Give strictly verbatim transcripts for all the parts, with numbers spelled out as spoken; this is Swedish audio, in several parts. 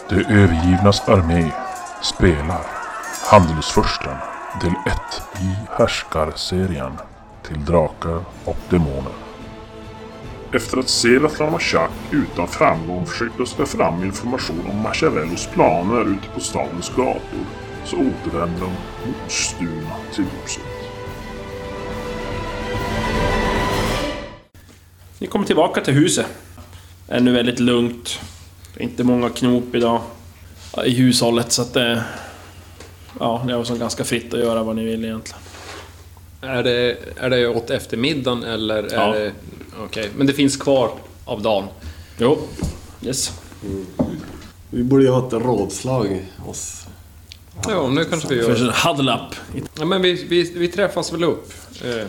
De övergivnas armé spelar Handelsfursten del ett i härskarserien till drakar och demoner. Efter att Seratlon och Chuck utan framgång försökt luska fram information om Machiavellos planer ute på stadens gator, så återvänder de motstulna till huset. Ni kommer tillbaka till huset. Ännu väldigt lugnt. Det är inte många knop idag i hushållet, så att det, ja, det är så ganska fritt att göra vad ni vill egentligen. Är det, är det åt eftermiddagen eller är Ja. det... Okej, okay. Men det finns kvar av dagen? Jo, yes. Mm. Vi borde ju ha ett rådslag oss. Ja, nu kanske vi För gör... att huddle up. Ja, men vi, vi, vi träffas väl upp. Eh,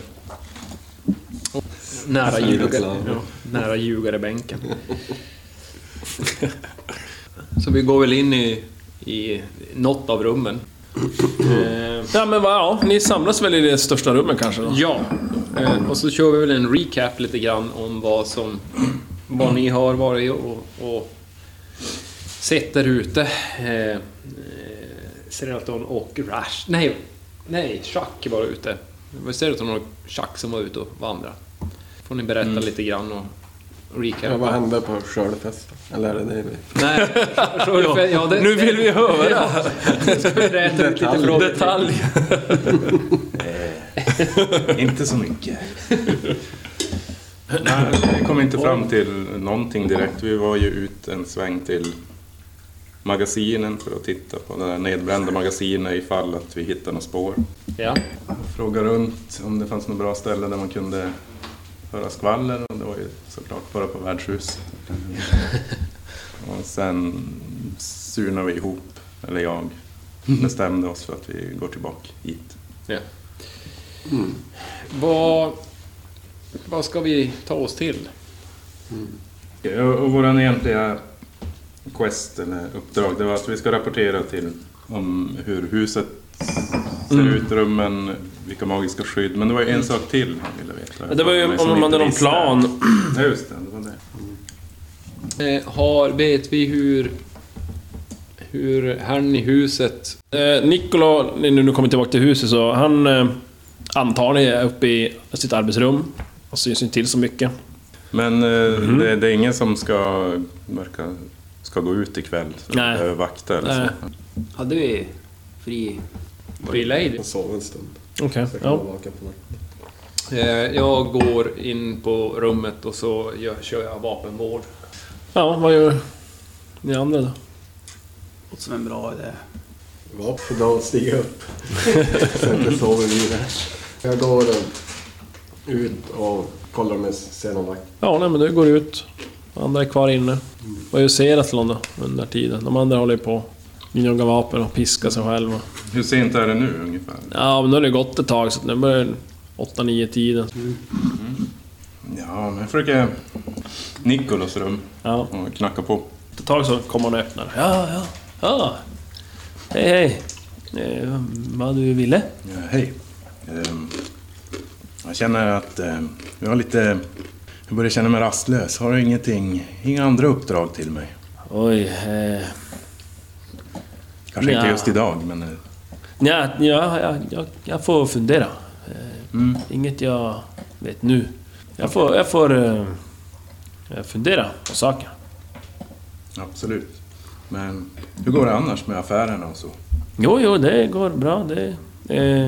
nära ljugare, ja, nära ljugarebänken. Så vi går väl in i, i något av rummen. Eh, ja, men vad, ja, ni samlas väl i det största rummet kanske då? Ja, eh, och så kör vi väl en recap lite grann om vad som vad ni har varit och, och sett där ute. Eh, Seratlon och Rash. Nej, nej, Chuck var ute. Det var Seratlon och Chuck som var ute och vandrade. Får ni berätta mm. lite grann och recap. Ja, vad hände på skördefesten? Eller är det det vi... Nej, skördefest, ja, det, nu vill vi höra. Ja, ska vi berätta lite frågor. Detalj. eh, inte så mycket. Nej, vi kom inte fram till någonting direkt. Vi var ju ut en sväng till magasinen för att titta på det där nedbrända magasinet ifall att vi hittar några spår. Ja. Fråga runt om det fanns något bra ställe där man kunde höra skvaller, och det var ju såklart bara på värdshus. Och sen surnade vi ihop, eller jag bestämde oss för att vi går tillbaka hit. Ja. Mm. Vad, vad ska vi ta oss till? Mm. Och våran egentliga quest eller uppdrag, det var att vi ska rapportera till om hur huset ser mm. ut, rummen, vilka magiska skydd. Men det var ju en sak till han ville veta. Det var ju om de hade någon plan. Ja, just det, det var det. Mm. Eh, har, vet vi hur hur herrn i huset... Eh, Niccolo, nu nu kommer tillbaka till huset, så han eh, antagligen är uppe i sitt arbetsrum och syns inte till så mycket. Men eh, mm. det, det är ingen som ska verka, ska gå ut ikväll så Nej. Det är vakta eller Nej. så. Hade vi fri... Fri lejd? Jag sov en stund. Okej, okay. Ja. Eh, jag går in på rummet och så gör, kör jag vapenvård. Ja, vad gör ni andra då? Det som en bra idé. Vapen då, stiga upp. Sen det sover vidare. Jag går ut och kollar om jag ser någon vakt. Ja, nej, men du går ut. Andra är kvar inne. Vad gör Seratlon då under tiden? De andra håller på gnugga vapen och piska sig själva. Hur sent är det nu ungefär? Ja, men då har det gått ett tag, så nu börjar åtta nio tiden. Mm. Ja, men jag försöker Nicolos rum ja. och knacka på. Ett tag så kommer han och öppnar. Ja, ja, ja. Hej, hej. Eh, vad du ville? Ja, hej. Um, jag känner att um, jag har lite... Jag börjar känna mig rastlös. Har du ingenting, inga andra uppdrag till mig? Oj, eh... Kanske ja. inte just idag, men... Uh... Ja, ja jag, jag, jag får fundera. Eh, mm. Inget jag vet nu. Jag får, jag får uh, fundera på saker. Absolut. Men hur går det annars med affärerna och så? Jo, jo, det går bra. Det, eh,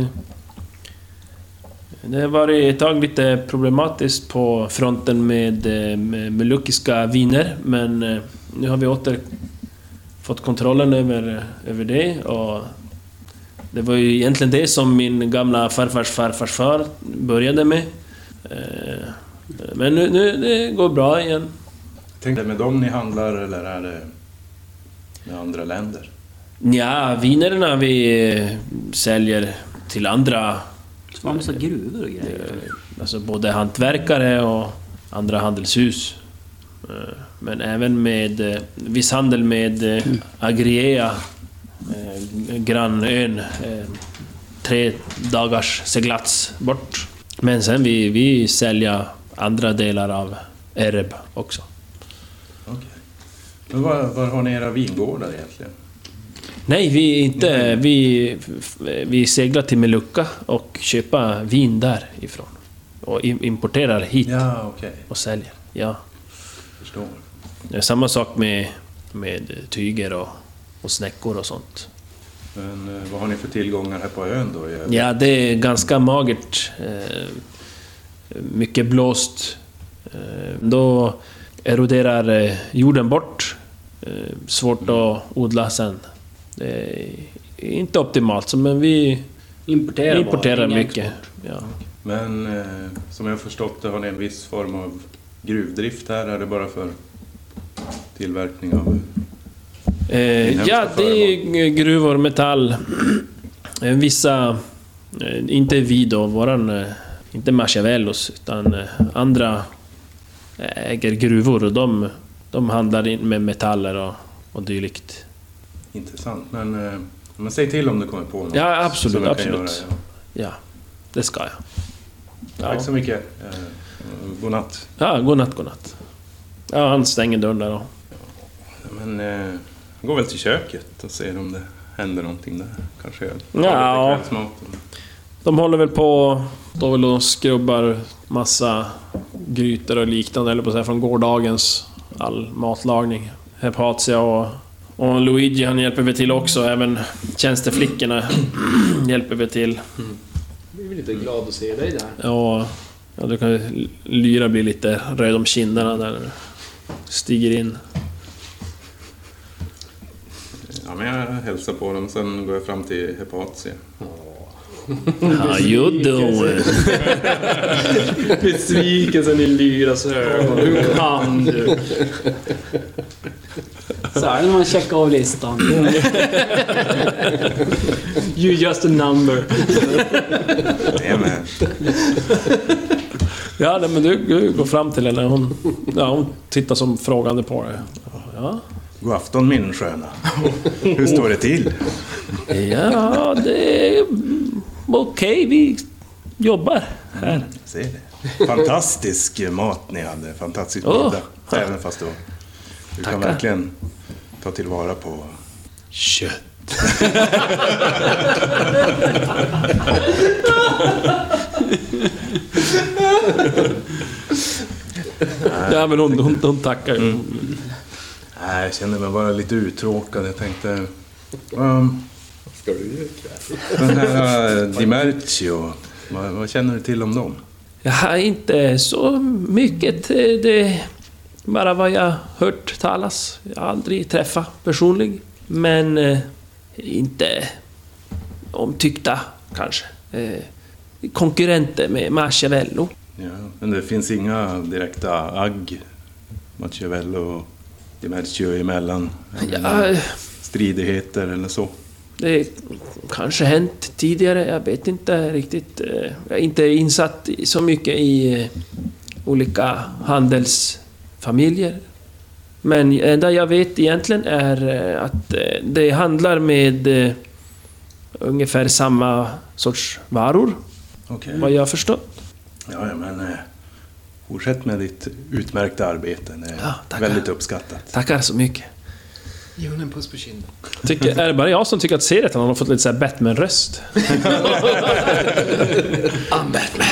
det har varit ett tag lite problematiskt på fronten med, med melukiska viner. Men eh, nu har vi åter fått kontrollen över, över det. Och det var ju egentligen det som min gamla farfars farfars far började med. Eh, men nu, nu det går bra igen. Tänkte med dem ni handlar, eller är det med andra länder? Ja, vinerna vi säljer till andra... Det var en massa gruvor och grejer. Alltså både hantverkare och andra handelshus. Men även med viss handel med Agriea, grannön, tre dagars seglats bort. Men sen vi, vi säljer andra delar av Ereb också. Okej. Men var, var har ni era vingårdar egentligen? Nej, vi inte... Vi, vi seglar till Melucca och köper vin därifrån. Och importerar hit Ja, okej. och säljer. Ja. Förstår. Det är samma sak med, med tyger och, och snäckor och sånt. Men eh, vad har ni för tillgångar här på ön då? i- Ja, det är ganska magert. Eh, mycket blåst. Eh, då eroderar eh, jorden bort. Eh, svårt att odla sen. Det är inte optimalt, så- men vi Importerar, vi importerar bara, ingen mycket. export. Ja. Men eh, som jag har förstått det har ni en viss form av gruvdrift här. Är det bara för tillverkning av... Eh, Inhemska ja, det är gruvor, metall. Eh, Vissa, eh, inte vi då, våran, eh, inte Machiavellos, utan eh, andra äger gruvor och de, de handlar in med metaller och, och dylikt. Intressant. Men, eh, men säg till om du kommer på något. Ja, absolut, som jag kan absolut. göra, ja. Ja, det ska jag. Tack Ja, så mycket. Eh, god natt. ja godnatt, godnatt. Ja, han stänger dörren där då. Men eh, jag går väl till köket och ser om det händer någonting där. Kanske jag tar Ja. lite kvällsmaten. De håller väl på, då väl och skrubbar massa grytor och liknande, eller på att säga, från gårdagens all matlagning. Hepatia och, och Luigi, han hjälper väl till också, även tjänsteflickorna hjälper väl till. Jag blir lite glad att se dig där. Och ja, du kan ju Lyra bli lite röd om kinderna där när du stiger in. Ja, men jag hälsar på dem, sen går jag fram till Hepatia. How you doing? Besvikelsen i Lyras ögon. Hur kan du? Så är det när man checkar av listan. You just a number. Det är med. Ja, nej, men du, du går fram till henne. Hon, ja, hon tittar som frågande på dig. Ja. God afton min sköna. Hur står det till? Ja, det är okej. Vi jobbar här. Ser det. Fantastisk mat ni hade. Fantastisk Åh. middag. Även fast då du kan Tackar. verkligen ta tillvara på Kött. Ja, men hon, hon, hon tackar ju. Mm. Nej, jag kände mig bara lite uttråkad. Jag tänkte... Um, Ska du ju ikväll? den här uh, Di Mercio, vad, vad känner du till om dem? Jag har inte så mycket. Det är bara vad jag hört talas. Jag har aldrig träffat personligen. Men eh, inte omtyckta kanske. Eh, konkurrenter med Machiavello. Ja, men det finns inga direkta agg Machiavello och Di Mercio emellan? Eller Ja, stridigheter eller så? det kanske hänt tidigare, jag vet inte riktigt. Jag är inte insatt så mycket i olika handelsfamiljer. Men det enda jag vet egentligen är att det handlar med ungefär samma sorts varor, Okej. vad jag förstått. Ja, ja, men eh, fortsätt med ditt utmärkta arbete. Det är Ja, tackar. väldigt uppskattat. Tackar så mycket. Ge hon en puss på kinden. Tycker, är det bara jag som tycker att serien har fått lite så här Batman-röst? I'm Batman.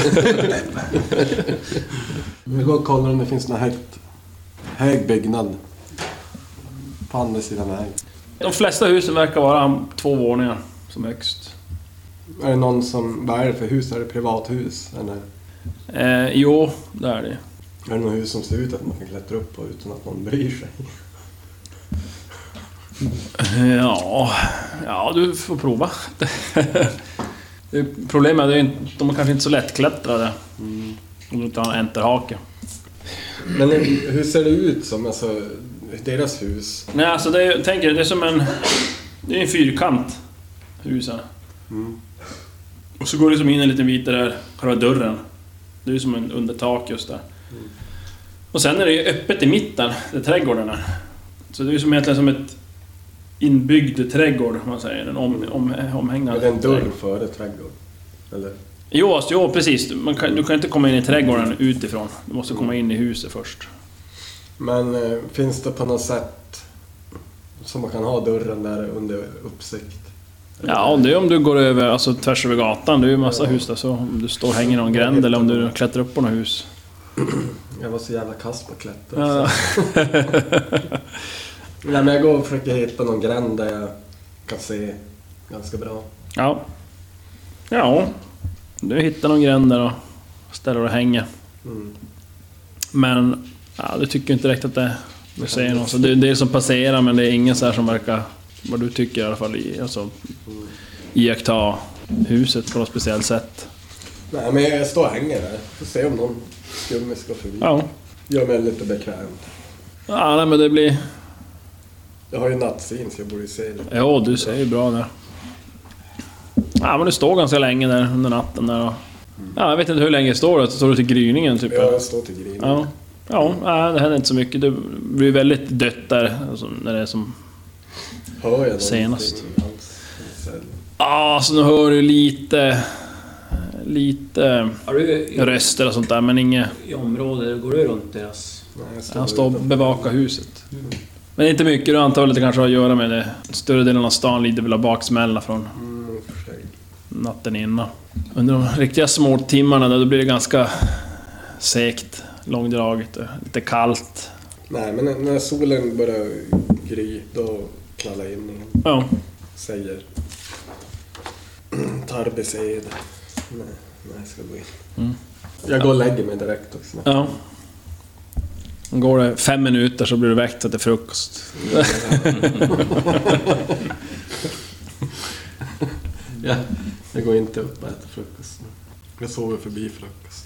Vi går och kollar om det finns någon högt, hög byggnad på andra sidan vägen. De flesta husen verkar vara två våningar som högst. Är det någon som... Vad är det för hus? Är det privathus? Eller Eh, jo, det är det. är det någon hus som ser ut att man kan klättra upp på utan att någon bryr sig? Ja, ja du får prova. Det problemet är att de är kanske inte så lättklättrade. Om du inte har en enterhake. Men hur ser det ut som alltså, deras hus? Nej, alltså det är, tänk er, det är som en... Det är en fyrkant, husen. Mm. Och så går det som in en liten bit där, själva dörren. Det är som en undertak just där. Mm. Och sen är det ju öppet i mitten, där trädgården är. Så det är som egentligen som ett inbyggd trädgård, om man säger. En om, om, omhägnad Är det en dörr trädgård. före trädgård? Eller? Jo, alltså, jo precis. Man kan, du kan inte komma in i trädgården utifrån. Du måste komma in i huset först. Men eh, finns det på något sätt som man kan ha dörren där under uppsikt? Ja, det är om du går över, alltså tvärs över gatan. Det är ju massa hus där, så om du står och hänger i någon gränd eller om du klättrar upp på något hus. Jag var så jävla kass på att klättra. Ja. Nej, men jag går och försöker hitta någon gränd där jag kan se ganska bra. Ja. Ja, du hittar någon gränd där och ställer och hänger. Mm. Men ja, du tycker inte direkt att det, du säger något. Så det, det är som passerar, men det är ingen så här som verkar, vad du tycker i alla fall, i, alltså, iaktta huset på något speciellt sätt. Nej, men jag står och hänger där. Får se om någon skummis går förbi. Ja. Gör mig lite bekväm. Ja, nej, men det blir... Jag har ju nattsyn så jag borde ju se lite. Ja, du ser ju bra där. Ja, men du står ganska länge där under natten där och... Ja, jag vet inte hur länge det står, så står du till gryningen typ. Ja, jag står till gryningen. Ja. Ja, nej, det händer inte så mycket. Det blir väldigt dött där, alltså, när det är som... Hör jag senast. Ja, Ja, så nu hör du lite... Lite Har du i, röster och sånt där, men inget... i området, går du runt deras... Han står och bevakar huset. Men inte mycket, du antar att det kanske har att göra med det. Större delen av stan lider väl av baksmälla från Mm, för sig. natten innan. Under de riktiga småtimmarna där, då blir det ganska segt, långdraget och lite kallt. Nej, men när- när solen börjar gry, då knallar jag in igen. Ja, Säger Tarbesed. Nej, nej, jag ska gå in. Mm. Jag går och lägger mig direkt också. ja. Går det fem minuter så blir du väckt till frukost. Ja, jag går inte upp och äter frukost. Jag sover förbi frukost.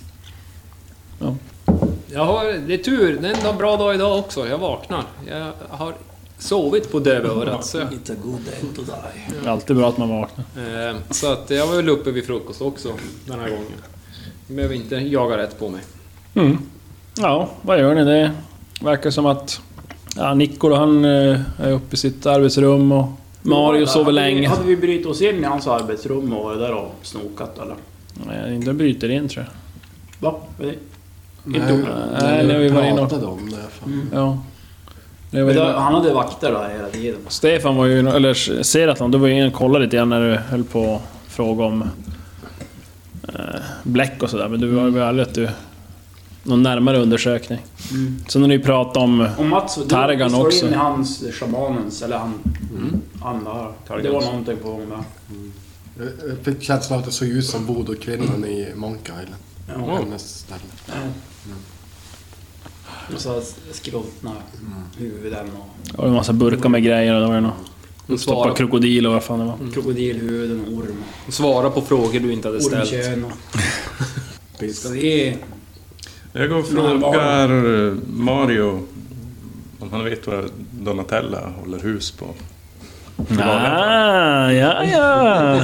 Jag har, det är tur, det är en bra dag idag också. Jag vaknar. Jag har sovit på dövörat. Så, jag- It's a good day to die. Det är alltid bra att man vaknar. eh, så att jag var väl uppe vid frukost också den här gången. Jag behöver inte jaga rätt på mig. Mm. Ja, vad gör ni? Det verkar som att... Ja, Nico han eh, är uppe i sitt arbetsrum och Mario sover Hade vi- länge. Hade vi brytt oss in i hans arbetsrum och varit där och snokat eller? Nej, inte bryter in tror jag. Va? Vad är det? Nej, Nej, när vi var inne och- pratade om det. Fan. Ja. Det var Men ju, då, han hade vakter där hela tiden. Stefan var ju... Eller Seratlon, du var ju inne och kollade lite grann när du höll på att fråga om eh, bläck och sådär. Men du var väl aldrig att du... Någon närmare undersökning. Mm. Så när ni pratade om... Och Mats, du Targan slår också. in i hans shamanens, eller han... Han där. Targans. Det var någonting på gång där. Jag fick känslan att det såg ut som Bodokvinnan i Monk Island. Ja. Hennes ställe. Och så skrottna huvuden och Det var en massa burkar med grejer och det var ju någon... Och Stoppa svara, krokodil och vad fan det var. krokodilhuvuden och orm. svara på frågor du inte hade ställt. Ormkön och... Ska vi... Jag går och frågar Mario om han vet var Donatella håller hus på. Ah, ja, ja.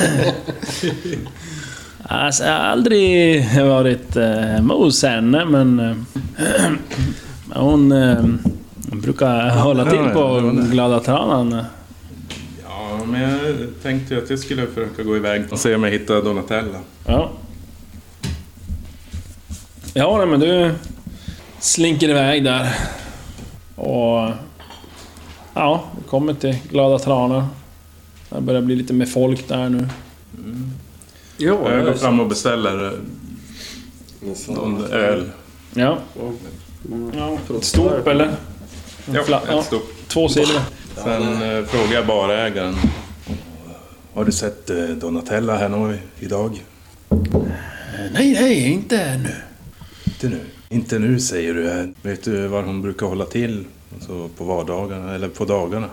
Alltså, jag har aldrig varit eh, hos henne, men eh, hon eh, brukar hålla till på Glada Tranan. Ja, men jag tänkte ju att jag skulle försöka gå iväg och se om jag hittar Donatella. Ja. Ja, nej, men du slinker iväg där. Och ja, vi kommer till Glada Tranan. Det börjar bli lite mer folk där nu. Ja, Jag går fram och beställer någon öl. Ja. Ja, ett stort eller? Ja, Fla- ja. ett stort. Två silver. Sen eh, frågar jag barägaren. Har du sett eh, Donatella här nu idag? Nej, nej, inte ännu. Inte nu. Inte nu säger du. Vet du var hon brukar hålla till? Alltså på vardagarna eller på dagarna?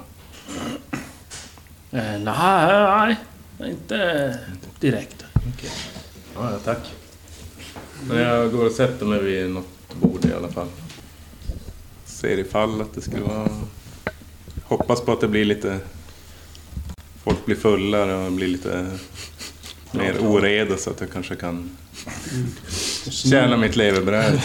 Eh, nej, nej, inte direkt. Okej. Ja, ja, tack. Men jag går och sätter mig vid något bord i alla fall. Ser ifall att det skulle vara... Hoppas på att det blir lite... Folk blir fullare och blir lite mer oreda så att jag kanske kan tjäna mitt levebröd.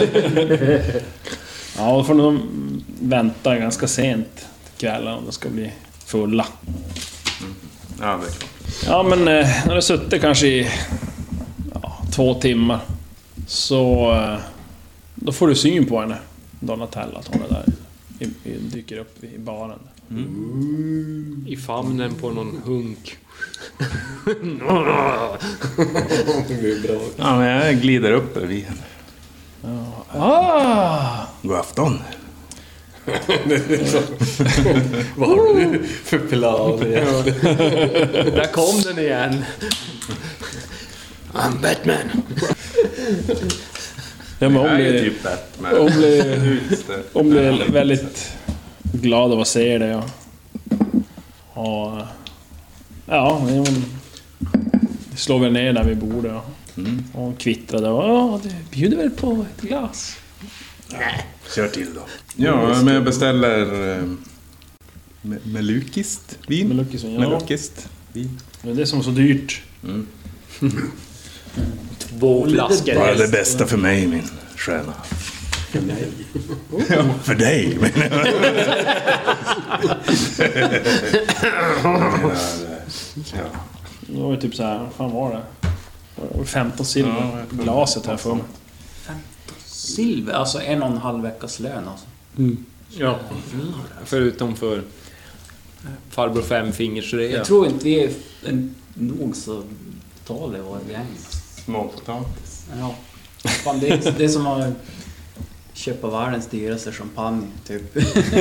Ja, då får de vänta ganska sent till kvällen om det ska bli fulla. Ja, det är klart. Ja, men eh, när du har suttit kanske i ja, två timmar så eh, då får du syn på henne. Donatella att hon är där. I, i, dyker upp i baren. Mm. I famnen på någon hunk. Det är bra. Ja, men jag glider upp bredvid henne. Ja. Ah! God afton. Vad har du för plan? Där kom den igen. I'm Batman. Ja, men hon Jag är blir, typ Batman. hon blir, Just det. hon blir väldigt glad av att se det. Ja. Och, ja, hon slår väl ner där vid bordet. Ja. Mm. Och hon kvittrade. Ja, du bjuder väl på ett glas? Kör till då. Ja, men jag beställer eh, me- melukist vin. Melukist vin, ja. Melukist vin. Det är det som är så dyrt. Mm. Två flaskor. Bara det bästa för mig, min stjärna. Ja, för dig, men ja. Det var ju typ så här, vad fan var det? Det var femton silver. Ja, jag tror Glaset det. här för mig. Silver, alltså en och en halv veckas lön alltså. Ja. Förutom för farbror femfingers rea. Jag tror inte vi är en, nog så betaliga i vår gäng. Småpotatis. Ja. Fan, det, är, det är som att köpa världens dyraste champagne, typ.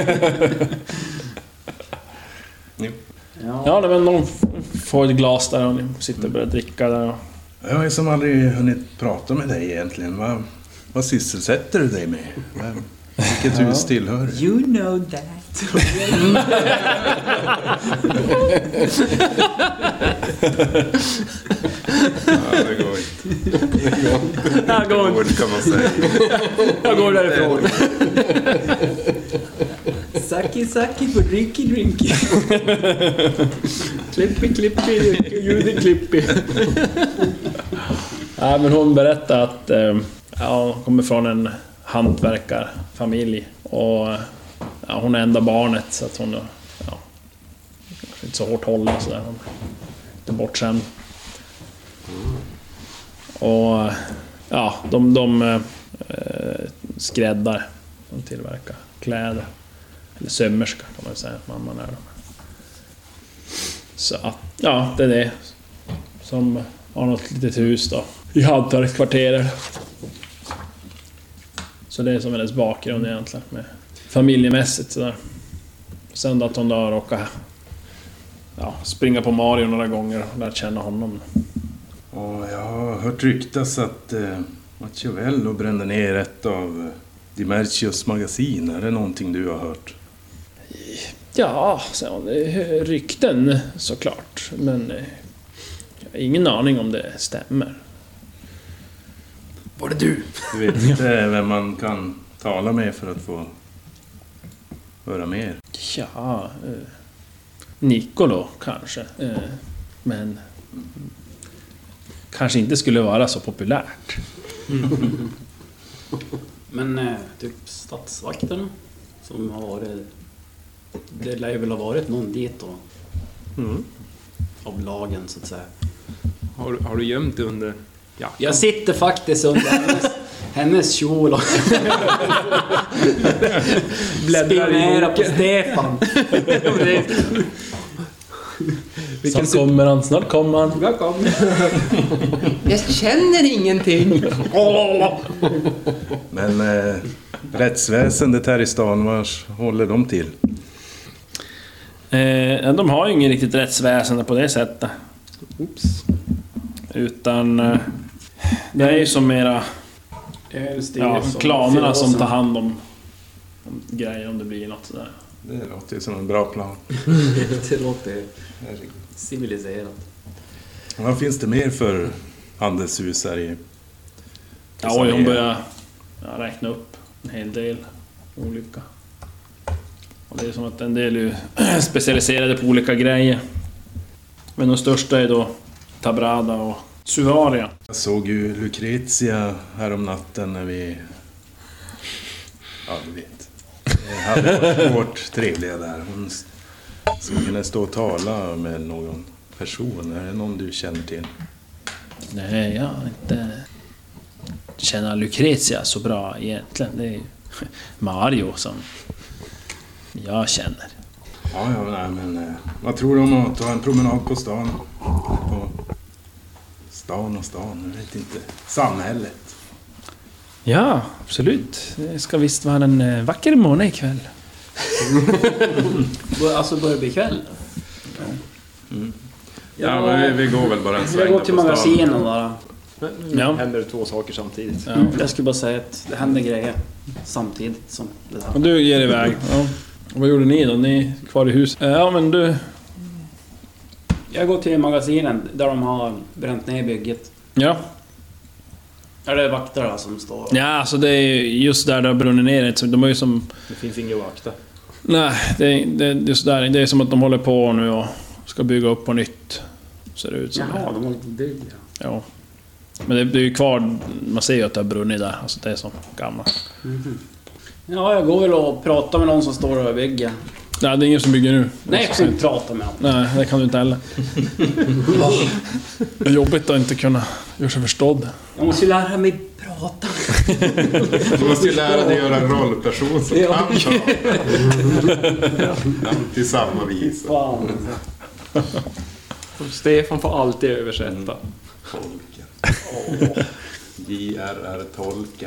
Jo. Ja. Ja, det var någon får ett glas där och ni sitter och börjar dricka där. Jag har ju som aldrig hunnit prata med dig egentligen. Vad, vad sysselsätter du dig med? Vad- Vilket hus tillhör du? You know that. Ja, det går inte. Jag går, Ord kan man säga. jag går därifrån. Saki saki på drinky drinky. Klippi, klippi, ljudi, klippi. Ja, men hon berättade att eh, ja, hon kommer från en hantverkarfamilj och ja, hon är enda barnet så att hon ja, kanske inte så hårt hållen så där. Hon är inte bortskämd. Och ja, de, de eh, skräddar, de tillverkar kläder. Eller sömmerska kan man säga att mamman är. Så att, ja, det är det. Som har något litet hus då. I hantverkskvarteret. Så det är som hennes bakgrund egentligen. Med familjemässigt sådär. Sen att hon då råkar ja, springa på Mario några gånger och lärt känna honom. Och jag har hört ryktas att eh, Machiavello brände ner ett av Di Mercios magasin. Är det någonting du har hört? Ja, så det är rykten såklart. Men eh, jag har ingen aning om det stämmer. Var det du? Du vet inte vem man kan tala med för att få höra mer? Ja, eh, Nicolo kanske. Eh, men kanske inte skulle vara så populärt. Men eh, typ stadsvakterna som har varit... Det lär ju väl ha varit någon dit då. Mm. Av lagen så att säga. Har, har du gömt under... Ja. Jag sitter faktiskt under hennes, hennes kjol och spionerar på Stefan. Vilken snart kommer han, snart kommer han. Jag kom. Jag känner ingenting. Men eh, rättsväsendet här i stan, vars håller de till? Eh, de har ju ingen riktigt rättsväsende på det sättet. Oops. Utan eh, det är ju som mera ja, klanerna som tar hand om, om grejer om det blir något sådär. Det låter ju som en bra plan. Det låter civiliserat. Vad finns det mer för handelshus här i... Ja, och hon börjar ja, räkna upp en hel del olika. Och det är som att en del är ju specialiserade på olika grejer. Men de största är då Tabrada och Suvaria. Jag såg ju Lucrezia här om natten när vi... Ja, du vet. Vi hade vårt trevliga där. Hon skulle kunna stå och tala med någon person. Är det någon du känner till? Nej, jag har inte känner Lucrezia så bra egentligen. Det är, Mario som jag känner. Ja, ja, nej, men eh, vad tror du om att ta en promenad på stan? På stan och stan, jag vet inte. Samhället. Ja, absolut. Det ska visst vara en eh, vacker månad ikväll. Alltså börjar det bli kväll? Mm. Ja, men vi, vi går väl bara en sväng. Jag går till på stan. magasinen bara. Nu Ja. händer det två saker samtidigt. Ja. Jag skulle bara säga att det händer grejer samtidigt som det Och här. du ger iväg. Ja. Och vad gjorde ni då? Ni är kvar i hus? Ja, men du... Jag går till magasinen där de har bränt ner bygget. Ja. Är det vakter där som står? Ja, alltså det är just där det har brunnit ner. Så de är ju som... Det finns inget att vakta. Nej, det är, det är just där. Det är som att de håller på nu och ska bygga upp på nytt. Ser det ut som. Jaha, de håller på att bygga. Ja. Men det, det är ju kvar... Man ser ju att det har brunnit där. Alltså det är så gammalt. Mhm. Ja, jag går väl och pratar med någon som står och bygger. Nej, det är ingen som bygger nu. Nej, jag kan inte prata med någon. Nej, det kan du inte heller. Det är jobbigt att inte kunna göra sig förstådd. Jag måste ju lära mig prata. Du måste ju lära dig göra en rollperson som Ja. kan prata. Till samma vis. Fan. Stefan får alltid översätta. Tolken. J R R Tolken.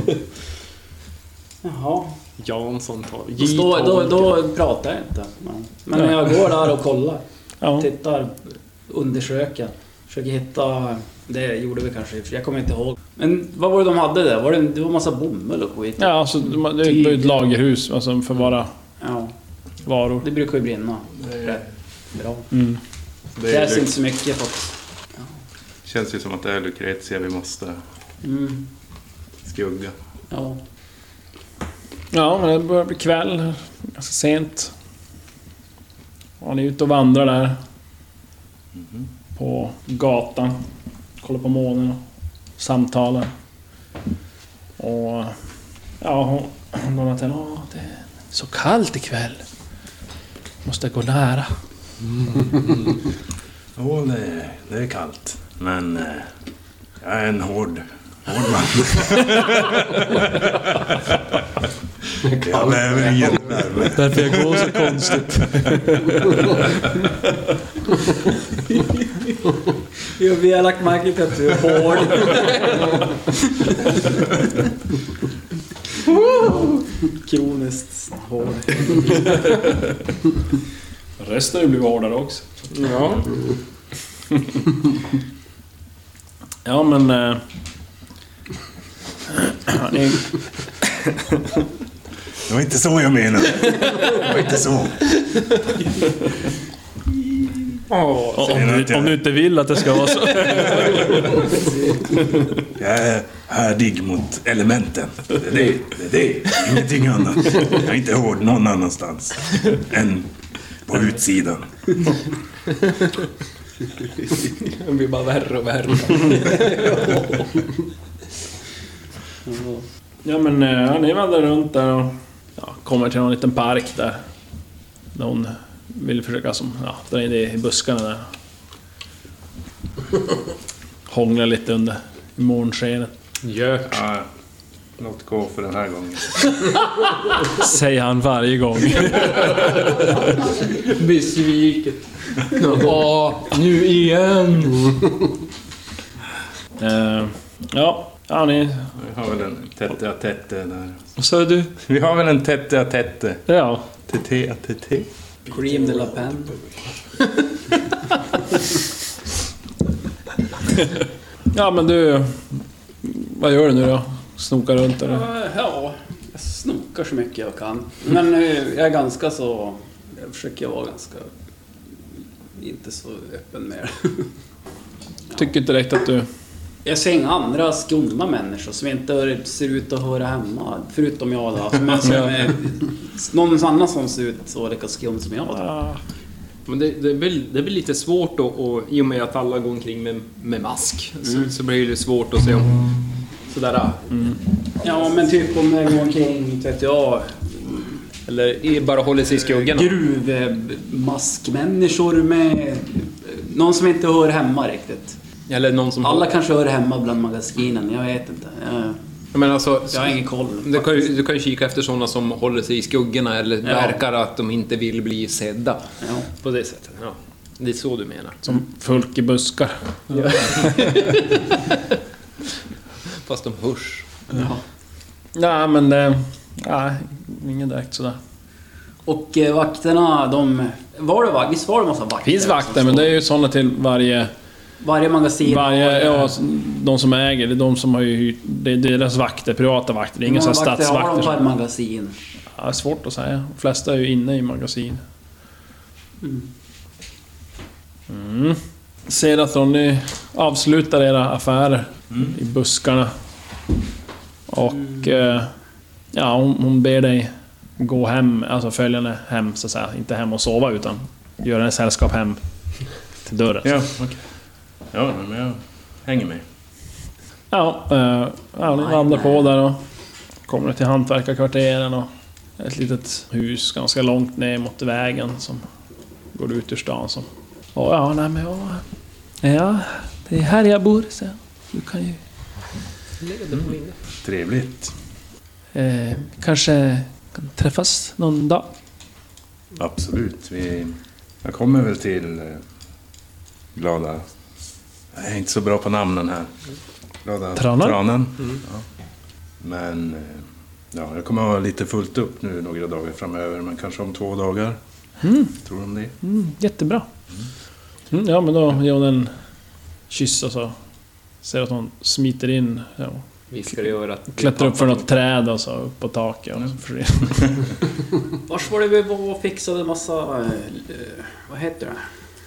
Jaha. Jansson tar... Då, då, då pratar jag inte. Men när jag går där och kollar, Ja. tittar, undersöker, försöker hitta... Det gjorde vi kanske, jag kommer inte ihåg. Men vad var det de hade där? Var det, det var massa bomull och skit? Ja, alltså det är ju ett lagerhus alltså, för våra Ja, varor. det brukar ju brinna rätt bra. Mm. Det Det krävs är, inte så mycket för att... känns ju som att det är Lucretia vi måste Mm, skugga. ja. Ja, men det börjar bli kväll. Ganska sent. Och ni är ute och vandrar där. På gatan. Kollar på månen och samtalar. Och... Ja, hon Donatella... Åh, det är så kallt ikväll. Måste gå nära. Åh, det, det är kallt. Men eh, jag är en hård, hård man. Jag behöver ingen värme. Därför jag går så konstigt. Jo, vi har lagt märke till att du är hård. Kroniskt hård. Resten har ju blivit hårdare också. Ja. Ja, men... Eh, ni, Det var inte så jag menade. Det var inte så. Åh, om, du, om du inte vill att det ska vara så. Jag är härdig mot elementen. Det är det. Det är det. Ingenting annat. Jag är inte hård någon annanstans än på utsidan. det blir bara värre och värre. Ja, men eh, ni vandrar runt där och ja, kommer till någon liten park där. Någon vill försöka som, ja, dra in det i buskarna där. Hångla lite under morgonskenet. Gök. Ja, låt gå för den här gången. Säger han varje gång. Besviket. Åh, nu igen. eh, ja, ja, ni... Vi har väl en tätte a tätte där. Vad sa du? Vi har väl en tätte a tätte. Ja. Tete a tete. Cream de la pen. Ja, men du... Vad gör du nu då? Snokar runt eller? Ja, jag snokar så mycket jag kan. Men eh, jag är ganska så... Jag försöker vara ganska... Inte så öppen med det. Tycker inte direkt att du... Jag ser inga andra skumma människor som inte ser ut att höra hemma. Förutom jag då. Som jag ser med, någon annan som ser ut så lika skum som jag då. Ah, Men det, det, är väl, det är väl lite svårt då, och i och med att alla går omkring med, med mask så, så blir det svårt att se om sådär. mm. Ja, men typ om jag går omkring, vet jag... Eller i- bara håller sig i skuggorna. Gruvmaskmänniskor med... Någon som inte hör hemma riktigt. Eller någon som Alla kanske hör hemma bland magasinen, jag vet inte. Jag... Ja, Men alltså, Jag har ingen koll. du kan, ju, du kan ju kika efter sådana som håller sig i skuggorna eller Ja. verkar att de inte vill bli sedda. Ja. På det sättet, ja. Det är så du menar. Som folk i buskar. Fast de hörs. Ja. Nej, men det... Nej, ingen direkt sådär. Och eh, vakterna, de... Var det vakt? Visst var det en massa vakter? Det finns vakter, men det är ju sådana till varje... Varje magasin. Varje, ja, de som äger, det är de som har ju hyrt... Det är deras vakter, privata vakter. Det är inga sådana vakter har de stadsvakter. på ett Som, magasin? ja, det är svårt att säga. De flesta är ju inne i magasin. Mm. Ser att ni avslutar era affärer i buskarna. Och... Eh, ja, hon, hon ber dig gå hem, alltså följande hem så att säga. Inte hem och sova utan göra en sällskap hem till dörren. Ja, okej. Ja, men jag hänger med. Ja, eh, ja ni vandrar på där och kommer till hantverkarkvarteren och ett litet hus ganska långt ner mot vägen som går ut ur stan. Som, och ja, nej men ja, ja, det är här jag bor, så du kan ju Trevligt. eh, kanske kan träffas någon dag. Absolut. Vi, jag kommer väl till eh, glada... Jag är inte så bra på namnen här. Glada Tranan? Tranan. Ja. Men eh, ja, jag kommer att ha lite fullt upp nu några dagar framöver. Men kanske om två dagar. Mm. Tror de det? Mm, jättebra. Mm, ja, men då ger hon en kyss och så ser att hon smiter in. Ja, Vi ska göra att... klättrar upp för något träd och så upp på taket. Och så försvinner. Vars var det vi var och fixade en massa... Eh, eh, vad heter det?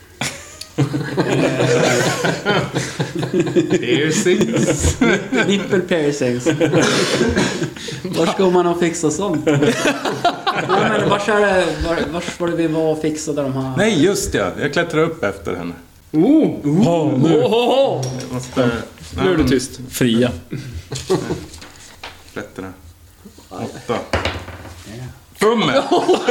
Piercings. Nipple piercings. Var ska man och fixa sånt? Nej, men vars, är det, var, vars var det vi var och fixade de här... Nej, just ja. Jag klättrar upp efter henne. Oh, nu Ohoho! Jag måste... Nu är du tyst. fria. Klättra. Åtta. Fummel!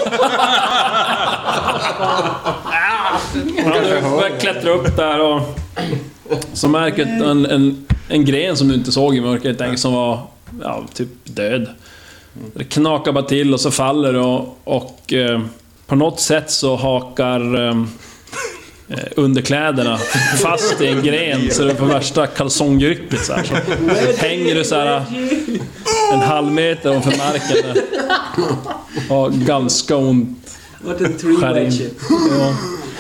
Jag klättrar upp där och så märker jag en, en, en gren som du inte såg i mörkret, en som var ja, typ död. Det knakar bara till och så faller och, och eh, på något sätt så hakar eh, underkläderna fast i en gren så det är på värsta kalsongrycket så här. Så hänger du så här en halv meter ovanför marken där. Har ganska ont. Vart en tree Skär in. wedge. Ja.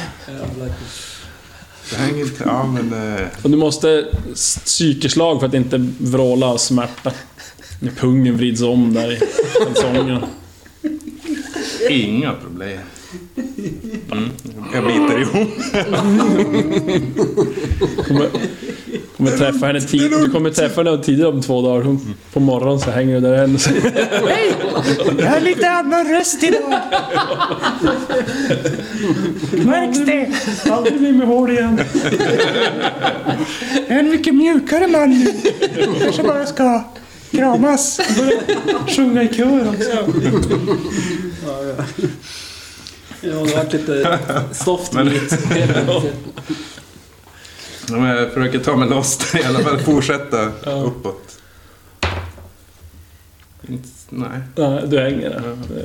Det hänger inte... Ja, men... Eh, Och du måste psykeslag för att inte vråla av smärta. När pungen vrids om där i kalsongen. inga problem. Mm. Jag biter ihop. Kommer, kommer träffa henne tid, du kommer träffa henne tidigare om två dagar. Hon, på morgonen så hänger du där henne och säger Hej! Jag har lite annan röst idag. Märks det? Aldrig blir med hår igen. Jag är en mycket mjukare man nu. Kanske bara ska kramas och sjunga i kör också. Ja, det var lite soft meat. Men jag försöker ta mig loss i alla fall, fortsätta uppåt. Inte, nej. nej, du hänger där.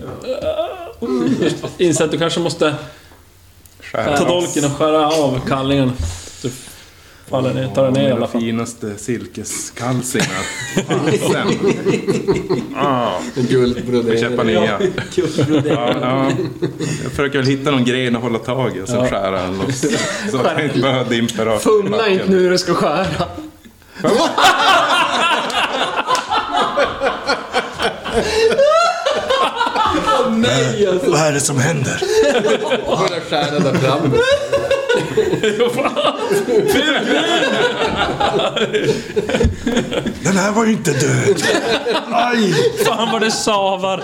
Inser att du kanske måste Skära ta av. dolken och skära av kallingen. Du faller ner, tar den ner i alla fall. Finaste silkeskalsingar. Sen. Ah, En guldbrodering. jag köpa nya. Ja, ja. Jag försöker väl hitta någon gren att hålla tag i och sen Ja. skära den loss. Så att jag inte bara dimper rakt i Fumla backen. inte nu när du ska skära. Nej, alltså. Vad är det som händer? Börjar skära där framme. Den här var ju inte död. Aj! Fan vad det savar.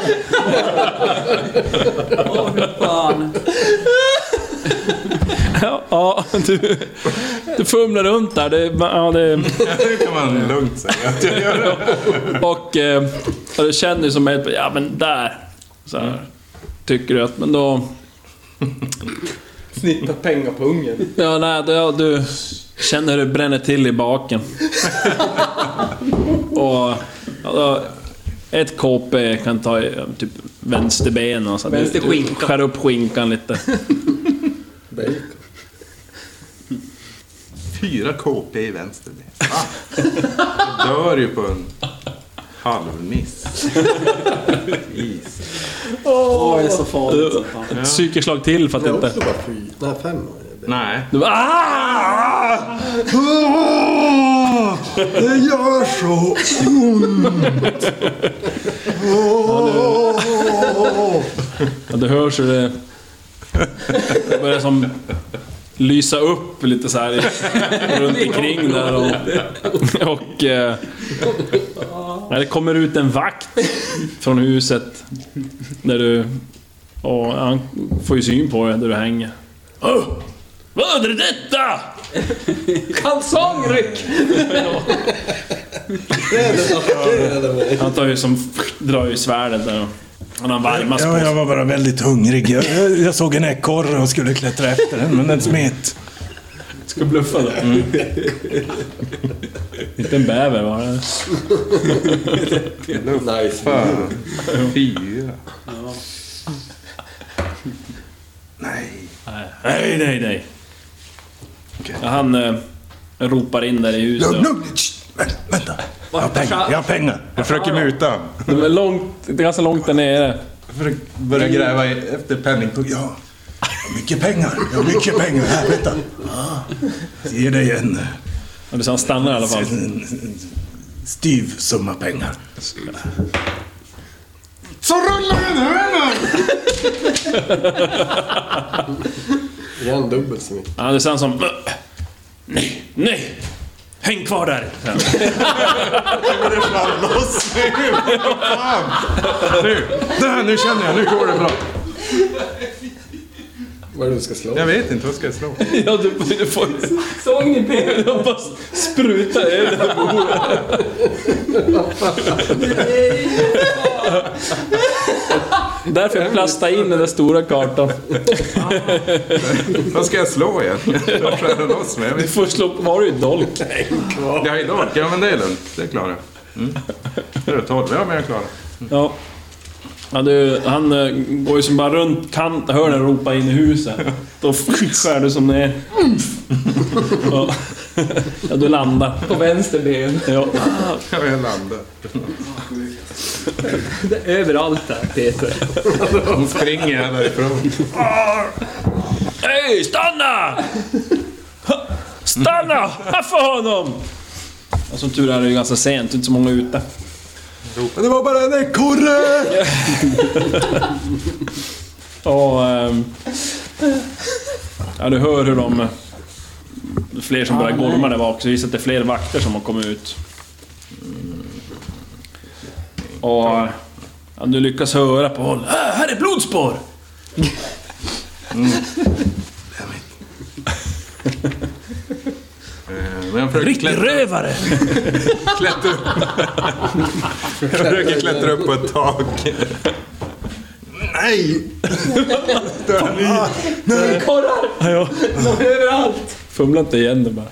Åh, fan. Ja, ja du, du fumlar runt där. Det, ja, det, Det kan man lugnt säga att jag gör. och eh, ja, du känner ju som ett, ja men där. Så här, tycker du att, men då... Snitta pengar på ungen. Ja, nej, då, du känner hur det bränner till i baken. Och Alltså, ett K P kan ta typ vänsterben och så. Vänster skinka. Skär upp skinkan lite. Bacon. Fyra K P i vänster. Ah. Jag dör ju på en halvmiss. Is. Åh, det är så farligt. Ett psykeslag till för att Det är inte... också bara fy. Nej, fem år. Nej. Du bara, ah! Det gör så ont. Ja, det hörs hur det... Det börjar som... lysa upp lite så här runt omkring där och... och eh, när det kommer ut en vakt från huset där du... Och han får ju syn på dig där du hänger. Oh, vad är detta? Kalsongryck! Han tar ju som... drar ju svärdet där och... Han har varmast på Ja, sig. jag var bara väldigt hungrig. Jag, jag såg en ekorre och skulle klättra efter den, men den smet. Ska bluffa då. Mm. Inte en bäver var det. Nice. Fan. Fyra. Nej. Nej, nej, nej. Ja, han eh, ropar in där i huset. Lugn, lugn. Vänta, vänta. Jag har pengar. Jag har pengar. Jag försöker muta. De är långt, det är ganska långt där nere. Jag försöker börja gräva i- efter penningpung. Ja, jag har mycket pengar. Jag har mycket pengar. Här, vänta. Jag ger dig en, Ja, du sa han stannar i alla fall. en, en styv summa pengar. Så rullar den här! Igen dubbelt så mycket. Ja, det är han som... Nej, nej! Häng kvar där! Loss nu! Fan! Nu! Där, nu känner jag, nu går det bra. Vad är det du ska slå? Jag vet inte, vad ska jag slå? Ja, du, du får... Såg ni det? De bara sprutar över det här bordet. Därför jag plastade in den där stora kartan. Vad ska jag slå igen? Jag skär loss med. Jag Du vet. får slå... Var du ju dolk? Jag har ju dolk, ja men det är lugnt. Det klarar jag. Mm. Det är tolv, ja men jag klarar. Ja. Ja, du, han eh, går ju som bara runt kant, hör den ropa in i huset. Då skär du som ner. Ja, ja du landar. På vänster ben. Ja. Ja, jag landar. Det är överallt där, Peter. Hon springer jag därifrån. Hej, stanna! Stanna! Här får honom! Ja, som tur är det ju ganska sent, inte så många ute. Det var bara en ekorre! Och... ehm, ja, du hör hur de... Det är fler som börjar gorma där bak, så det visar att det är fler vakter som har kommit ut. Och... Ja, du lyckas höra på håll. Äh, här är blodspår! Men jag försöker Riktig klättra, rövare! klättra upp. Jag försöker klättra upp på ett tak. Nej! Korrar! Ja, De är överallt! fumla inte igen det bara.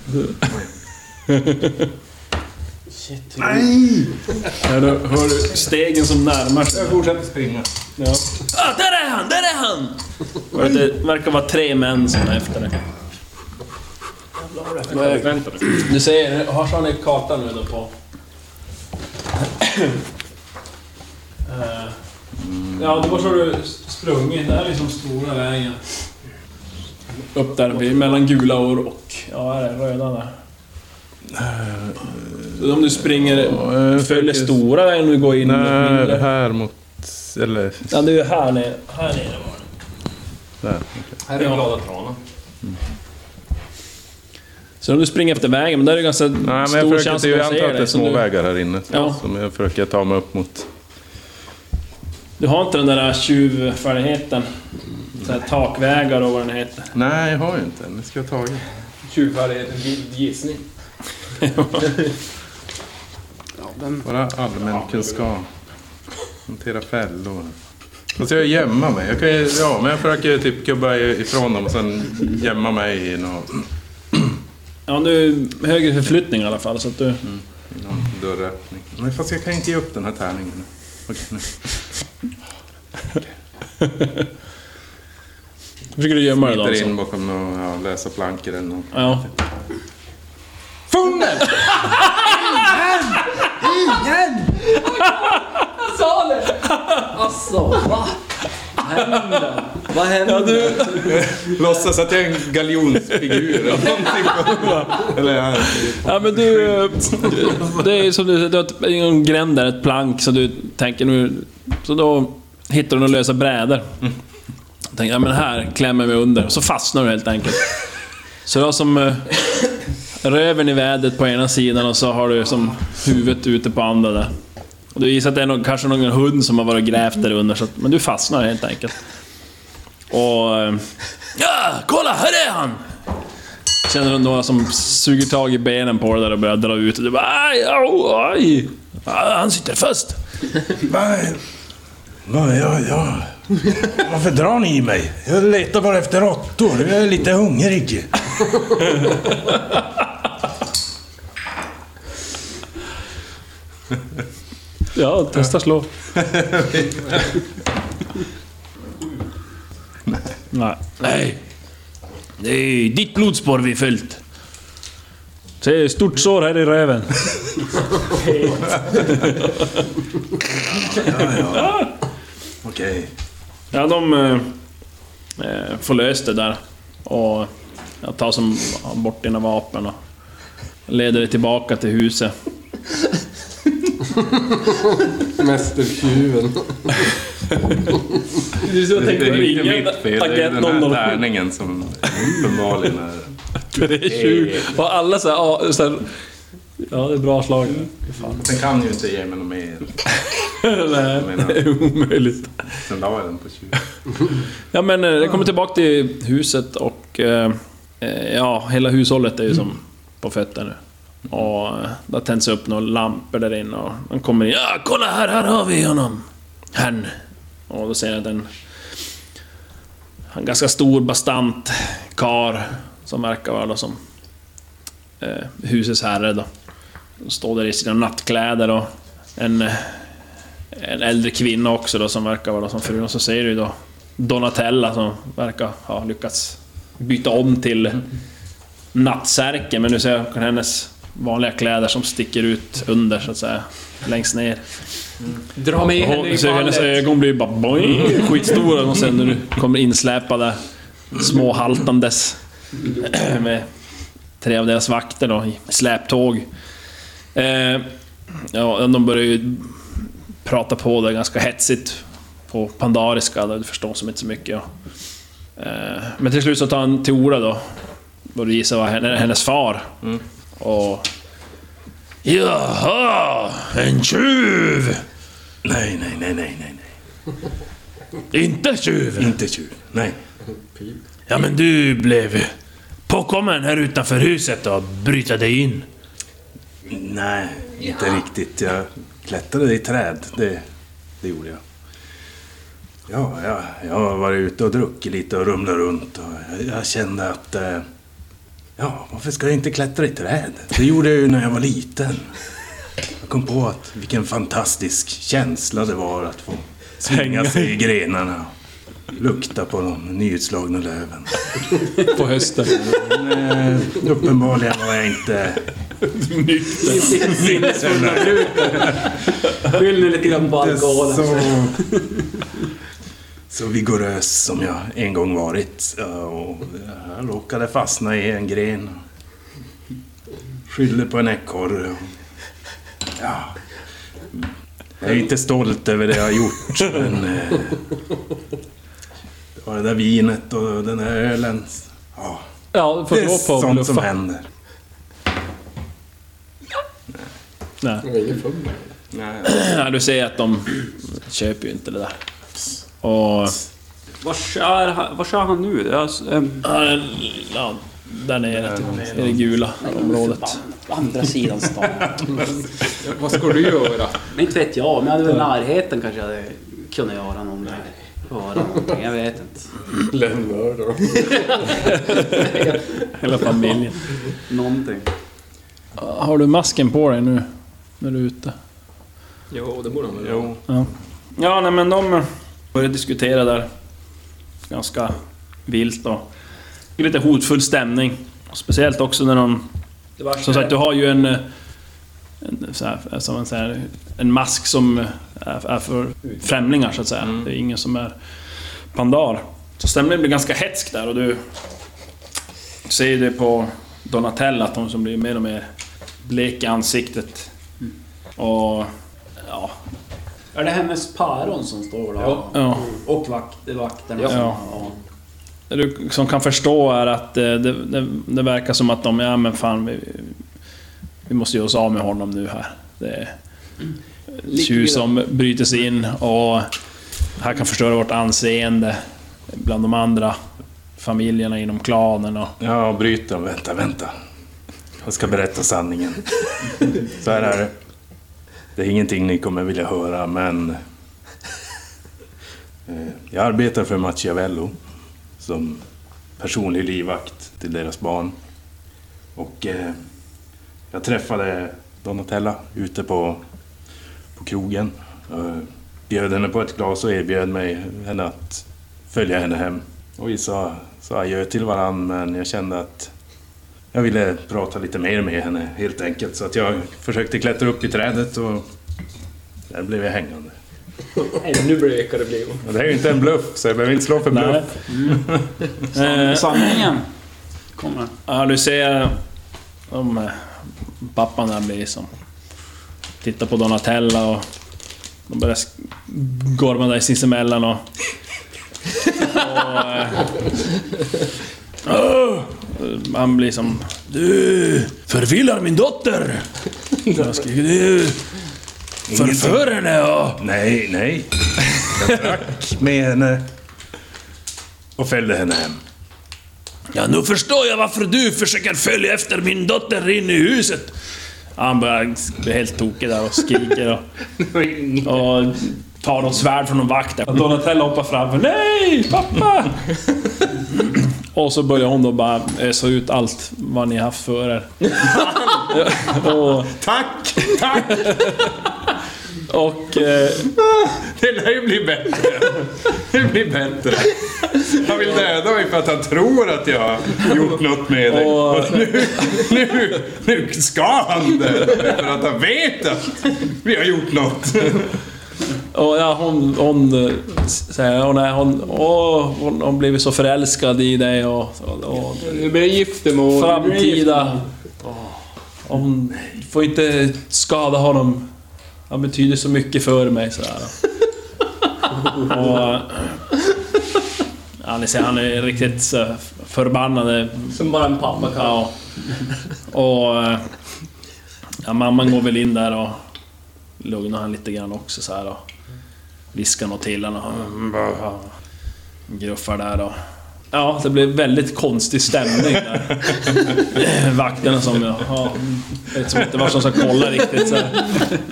Nej! Ja, då hör du stegen som närmar sig. Jag fortsätter springa. Ja. Ah, där är han! Där är han! Och det verkar vara tre män som är efter det. Vänta nu. Du ser, har han en karta nu då på... Eh, ja, det var så du sprungit. Det här är liksom stora vägen. Upp där vid, mellan gula år och... Ja, är det röda där. Så om du springer... Följer stora vägen och du går in mot Nej, mindre. här mot... Eller... Ja, det är här nere. Här nere var det. Där. Här är Ja. glada tranan. Så om du springer efter vägen, men där är det ganska Nej, men jag stor försöker chans inte... att Jag de antar ser att det är dig. Så små du, vägar här inne. Ja. Som jag försöker ta mig upp mot. du har inte den där tjuvfärdigheten. Så här, takvägar och vad den heter. Nej, jag har ju inte. Det ska jag ta tagit. Tjuvfärdighet, en vild gissning. Bara allmän kunskap. Hantera fällor. Och så jag gömma mig. Jag kan ju, ja, men jag försöker typ kubba ifrån dem och sen gömma mig i något. Ja, du är högre förflyttning i alla fall, så att du... någon dörröppning. Men fast jag kan inte ge upp den här tärningen. Okej, nu. Försöker du gömma dig då? Smiter Alltså? in bakom och ja, läsa plankor eller något. Ja. Funder! Igen! Sa det! Alltså, va? Vad händer? Vad händer? Ja, du... Låtsas att jag är en galjonsfigur eller någonting. Eller ja. Ja, men du... Det är som du... Du har en gränd där, ett plank, så du tänker nu... Så då hittar du några lösa brädor. Mm. Jag tänker, ja men här klämmer vi under. Så fastnar du helt enkelt. Så du har som... Uh, röven i vädret på ena sidan och så har du som huvudet ute på andra där. Och du gissar att det är någon, kanske någon hund som har varit grävt där under, så att, men du fastnar helt enkelt. Och... Ja, kolla, här är han! Känner du några som suger tag i benen på dig där och börjar dra ut. Och du bara, aj, aj, aj. Ja, han sitter fast. Va? Va, ja, ja. Varför drar ni i mig? Jag letar bara efter råttor. Jag är lite hungrig. Ja, testa slå. Nej. Nej. Det är ditt blodspår vi följt. Det är stort sår här i röven. Ja, ja. Okej. Ja, de eh, får löst det där. Och jag tar som bort dina vapen och leder dig tillbaka till huset. Mästertjuven. Du så Det är inte ingen mitt fel, det är den här tärningen som uppenbarligen är... Det är tjugo. Och alla så här, ja, så här, ja, det är bra slag. Den kan ju inte ge mig något mer. Nej, det är omöjligt. Sen la jag den på tjugo. Ja, men det kommer tillbaka till huset och eh, ja, hela hushållet är ju som på fötter nu. Och det tänds upp några lampor där inne och han kommer in. Ja, kolla här, här har vi honom. Han. Och då ser jag att en, en ganska stor, bastant kar som verkar vara då som eh, husets herre då. De står där i sina nattkläder och en, en äldre kvinna också då som verkar vara då som frun. Och så ser du då Donatella som verkar ha lyckats byta om till nattsärken, men nu ser jag hennes vanliga kläder som sticker ut under så att säga, längst ner. Dra med henne i Och så hennes fallet. ögon blir bara boing, skitstora och sen när du kommer insläpade små haltandes med tre av deras vakter då i släptåg. Eh, ja, de börjar ju prata på det ganska hetsigt på pandariska, då du förstår som inte så mycket. Ja. Eh, men till slut så tar han till orda då. Och du gissar var hennes far. Mm. Och... Jaha, en tjuv! Nej, nej, nej, nej, nej, nej. Inte tjuv? Inte tjuv, nej. Ja, men du blev påkommen här utanför huset och bryta dig in. Nej, inte ja. riktigt. Jag klättrade i träd, det, det gjorde jag. Ja, ja, jag har varit ute och druckit lite och rumlat runt och jag, jag kände att... Eh, ja, varför ska jag inte klättra i träd? Det gjorde jag ju när jag var liten. Jag kom på att vilken fantastisk känsla det var att få svinga sig i grenarna och lukta på de nyutslagna löven. På hösten. Men eh, uppenbarligen var jag inte... Nykter. Skyll nu lite grann på alkoholen. Så, så vigorös som jag en gång varit. Och jag råkade fastna i en gren. Skyllde på en ekorre. Ja. Jag är inte stolt över det jag har gjort. Men eh, det var det där vinet och den här ölen. Ja, Ja, får det är gå på sånt bluffa. som händer. Nej. Det är ingen full. Nej, Ja, du ser att de köper ju inte det där. Och... Var kör, han- var kör han nu? Jag, ähm, Ja, ja, där nere typ, i det gula området. På andra sidan stan. Vad ska du göra? Men inte vet jag, men jag hade väl närheten kanske jag hade kunnat göra någonting. Höra någonting, jag vet inte. Lämnar då. Hela familjen. Någonting. Har du masken på dig nu? när du är ute. Jo, det borde han väl. Jo. Ja, ja nej, men de började diskutera där ganska vilt och lite hotfull stämning. Speciellt också när de... Det var Som sagt, du har ju en... en, så här, som man säger, en mask som är, är för främlingar, så att säga. Mm. Det är ingen som är pandar. Så stämningen blir ganska hetsk där och du ser det på Donatella att hon som blir mer och mer blek i ansiktet. Mm. Och... ja... Är det hennes päron som står där? Ja. Ja. Och vakt, vakterna? Ja. Ja. Det du som kan förstå är att det, det, det verkar som att de, ja men fan, vi, vi måste göra oss av med honom nu här. Det är tjuv som bryter sig in och här kan förstöra vårt anseende bland de andra familjerna inom klanen. Och... Ja, bryter dem. Vänta, vänta. Jag ska berätta sanningen. Så här är det. Det är ingenting ni kommer vilja höra, men... Jag arbetar för Machiavello som personlig livvakt till deras barn. Och eh, jag träffade Donatella ute på, på krogen. Jag bjöd henne på ett glas och erbjöd mig henne att följa henne hem. Och vi sa, sa adjö till varann, men jag kände att jag ville prata lite mer med henne helt enkelt. Så att jag försökte klättra upp i trädet och där blev jag hängande. Ännu blekare blev hon. Och det är ju inte en bluff, så jag behöver inte slå för bluff. Mm. Sanningen kommer. Ja, du ser om pappan där blir som tittar på Donatella och de börjar gorma där sinsemellan och, och äh, han blir som du förvillar min dotter. Jag skriker du förför henne och... Nej, nej. Jag drack med henne och följde henne hem. Ja, nu förstår jag varför du försöker följa efter min dotter in i huset. Han börjar bli helt tokig där och skriker och, och tar något svärd från någon vakt där. Donatella hoppar framför. Nej, pappa! Och så börjar hon då bara ösa ut allt vad ni har haft för er. och, Tack! Tack! och... Eh, det lär ju bli bättre. Det blir bättre. Han vill döda mig för att han tror att jag har gjort något med dig. Och, och nu, nu, nu ska han döda mig för att han vet att vi har gjort något. Och ja, hon, hon säger hon, är, hon, åh, hon, hon blev så förälskad i dig och, och, och Det blir giftermål. framtida. Hon får inte skada honom. Han betyder så mycket för mig så här. Och ja, ni ser, han är riktigt så förbannad. Som bara en pappa kan. Ja. Och ja, mamman går väl in där och lugnar han lite grann också så här och viskar något till honom och gruffar där och ja, det blev väldigt konstig stämning där. Vakterna som ja, vet som inte var som ska kolla riktigt så här.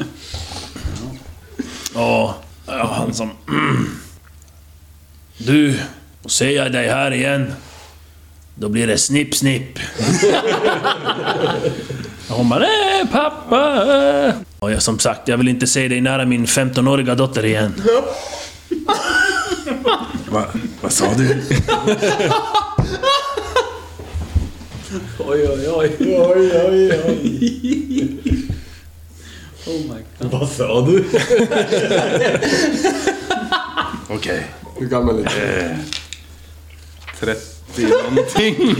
Och ja, han som du, och ser jag dig här igen då blir det snipp snipp. Och hon bara, nej pappa. Och jag som sagt, jag vill inte se dig nära min femtonåriga dotter igen. Va, vad sa du? Oj, oj, oj. Oj, oj, oj. Oh my god. Vad sa du? Okej. Okay. Hur gammal är du? Eh, trettio någonting.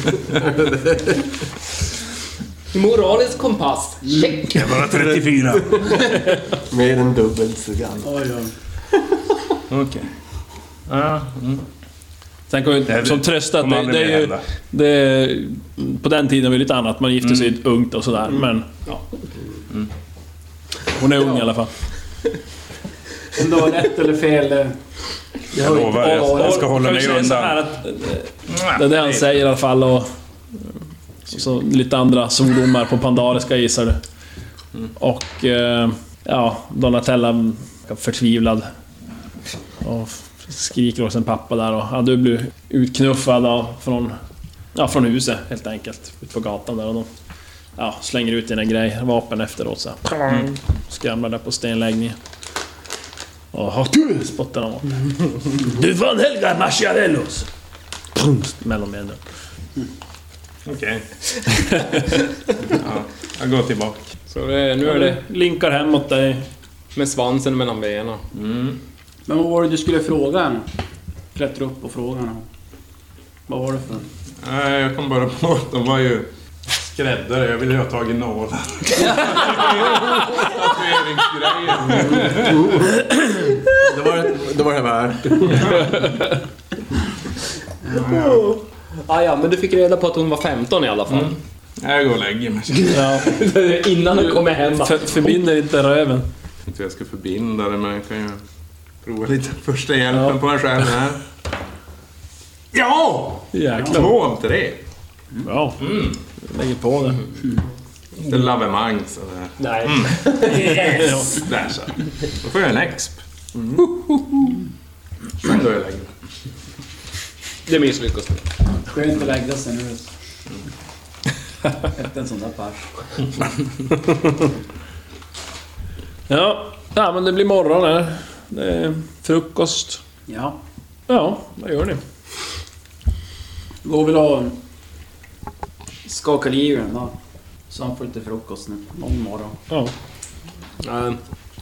Moralisk kompass. Check. Jag var trettiofyra. Mer än dubbelt så gammal. Oj, oj. Okej. Okay. Ja, mm. Sen kan vi, som trösta att det, det är ju det, på den tiden var det lite annat. Man gifte sig mm. ungt och sådär. Mm. Men ja. Mm. Hon är ung i alla fall. Om det var rätt eller fel. Jag lovar, jag, jag ska hålla mig undan. Att, det är det han säger i alla fall. Och, och så lite andra svordomar på pandariska gissar du. Mm. Och ja, Donatella förtvivlad. Och skriker också en pappa där och ja, du blir utknuffad av, från, ja, från huset helt enkelt ut på gatan där och de, ja, slänger ut dina grejer, vapen efteråt så här. Mm. Skramlar där på stenläggningen. Och du spottar dem. Du vann Helga Machiavellos. Mellan benen. Okej. Ja, jag går tillbaka. Så det, nu är det Linkar hemåt dig. med svansen mellan benen. Mm. Men vad var det du skulle fråga henne? Klättra upp och fråga henne. Vad var det för? Nej, jag kom bara på att de var ju skräddare. Jag ville ju ha tagit nålar. Tatueringsgrejer. Det var det, det var det värt. Ah, ja, men du fick reda på att hon var femton i alla fall. Mm. Jag går och lägger mig. Ja. Innan du kommer hem. För, förbinder inte röven. Jag vet inte hur jag ska förbinda det, men jag kan ju prova lite första hjälpen Ja. på en själv här. Ja! Jäklar. Två av tre. Bra. Mm. Lägger på det. Det är lavemang sådär. Nej. Yes. Där så. Då får jag en exp. Mm. Sen går jag och lägger mig. Det misslyckas. Ska ju inte lägga sig nu. Efter en sån där pers. Ja. Ja, men det blir morgon här. Det är frukost. Ja. Ja, vad gör ni? Går väl och skakar liv den då. Så han får lite frukost nu. Någon morgon. Ja. Ja.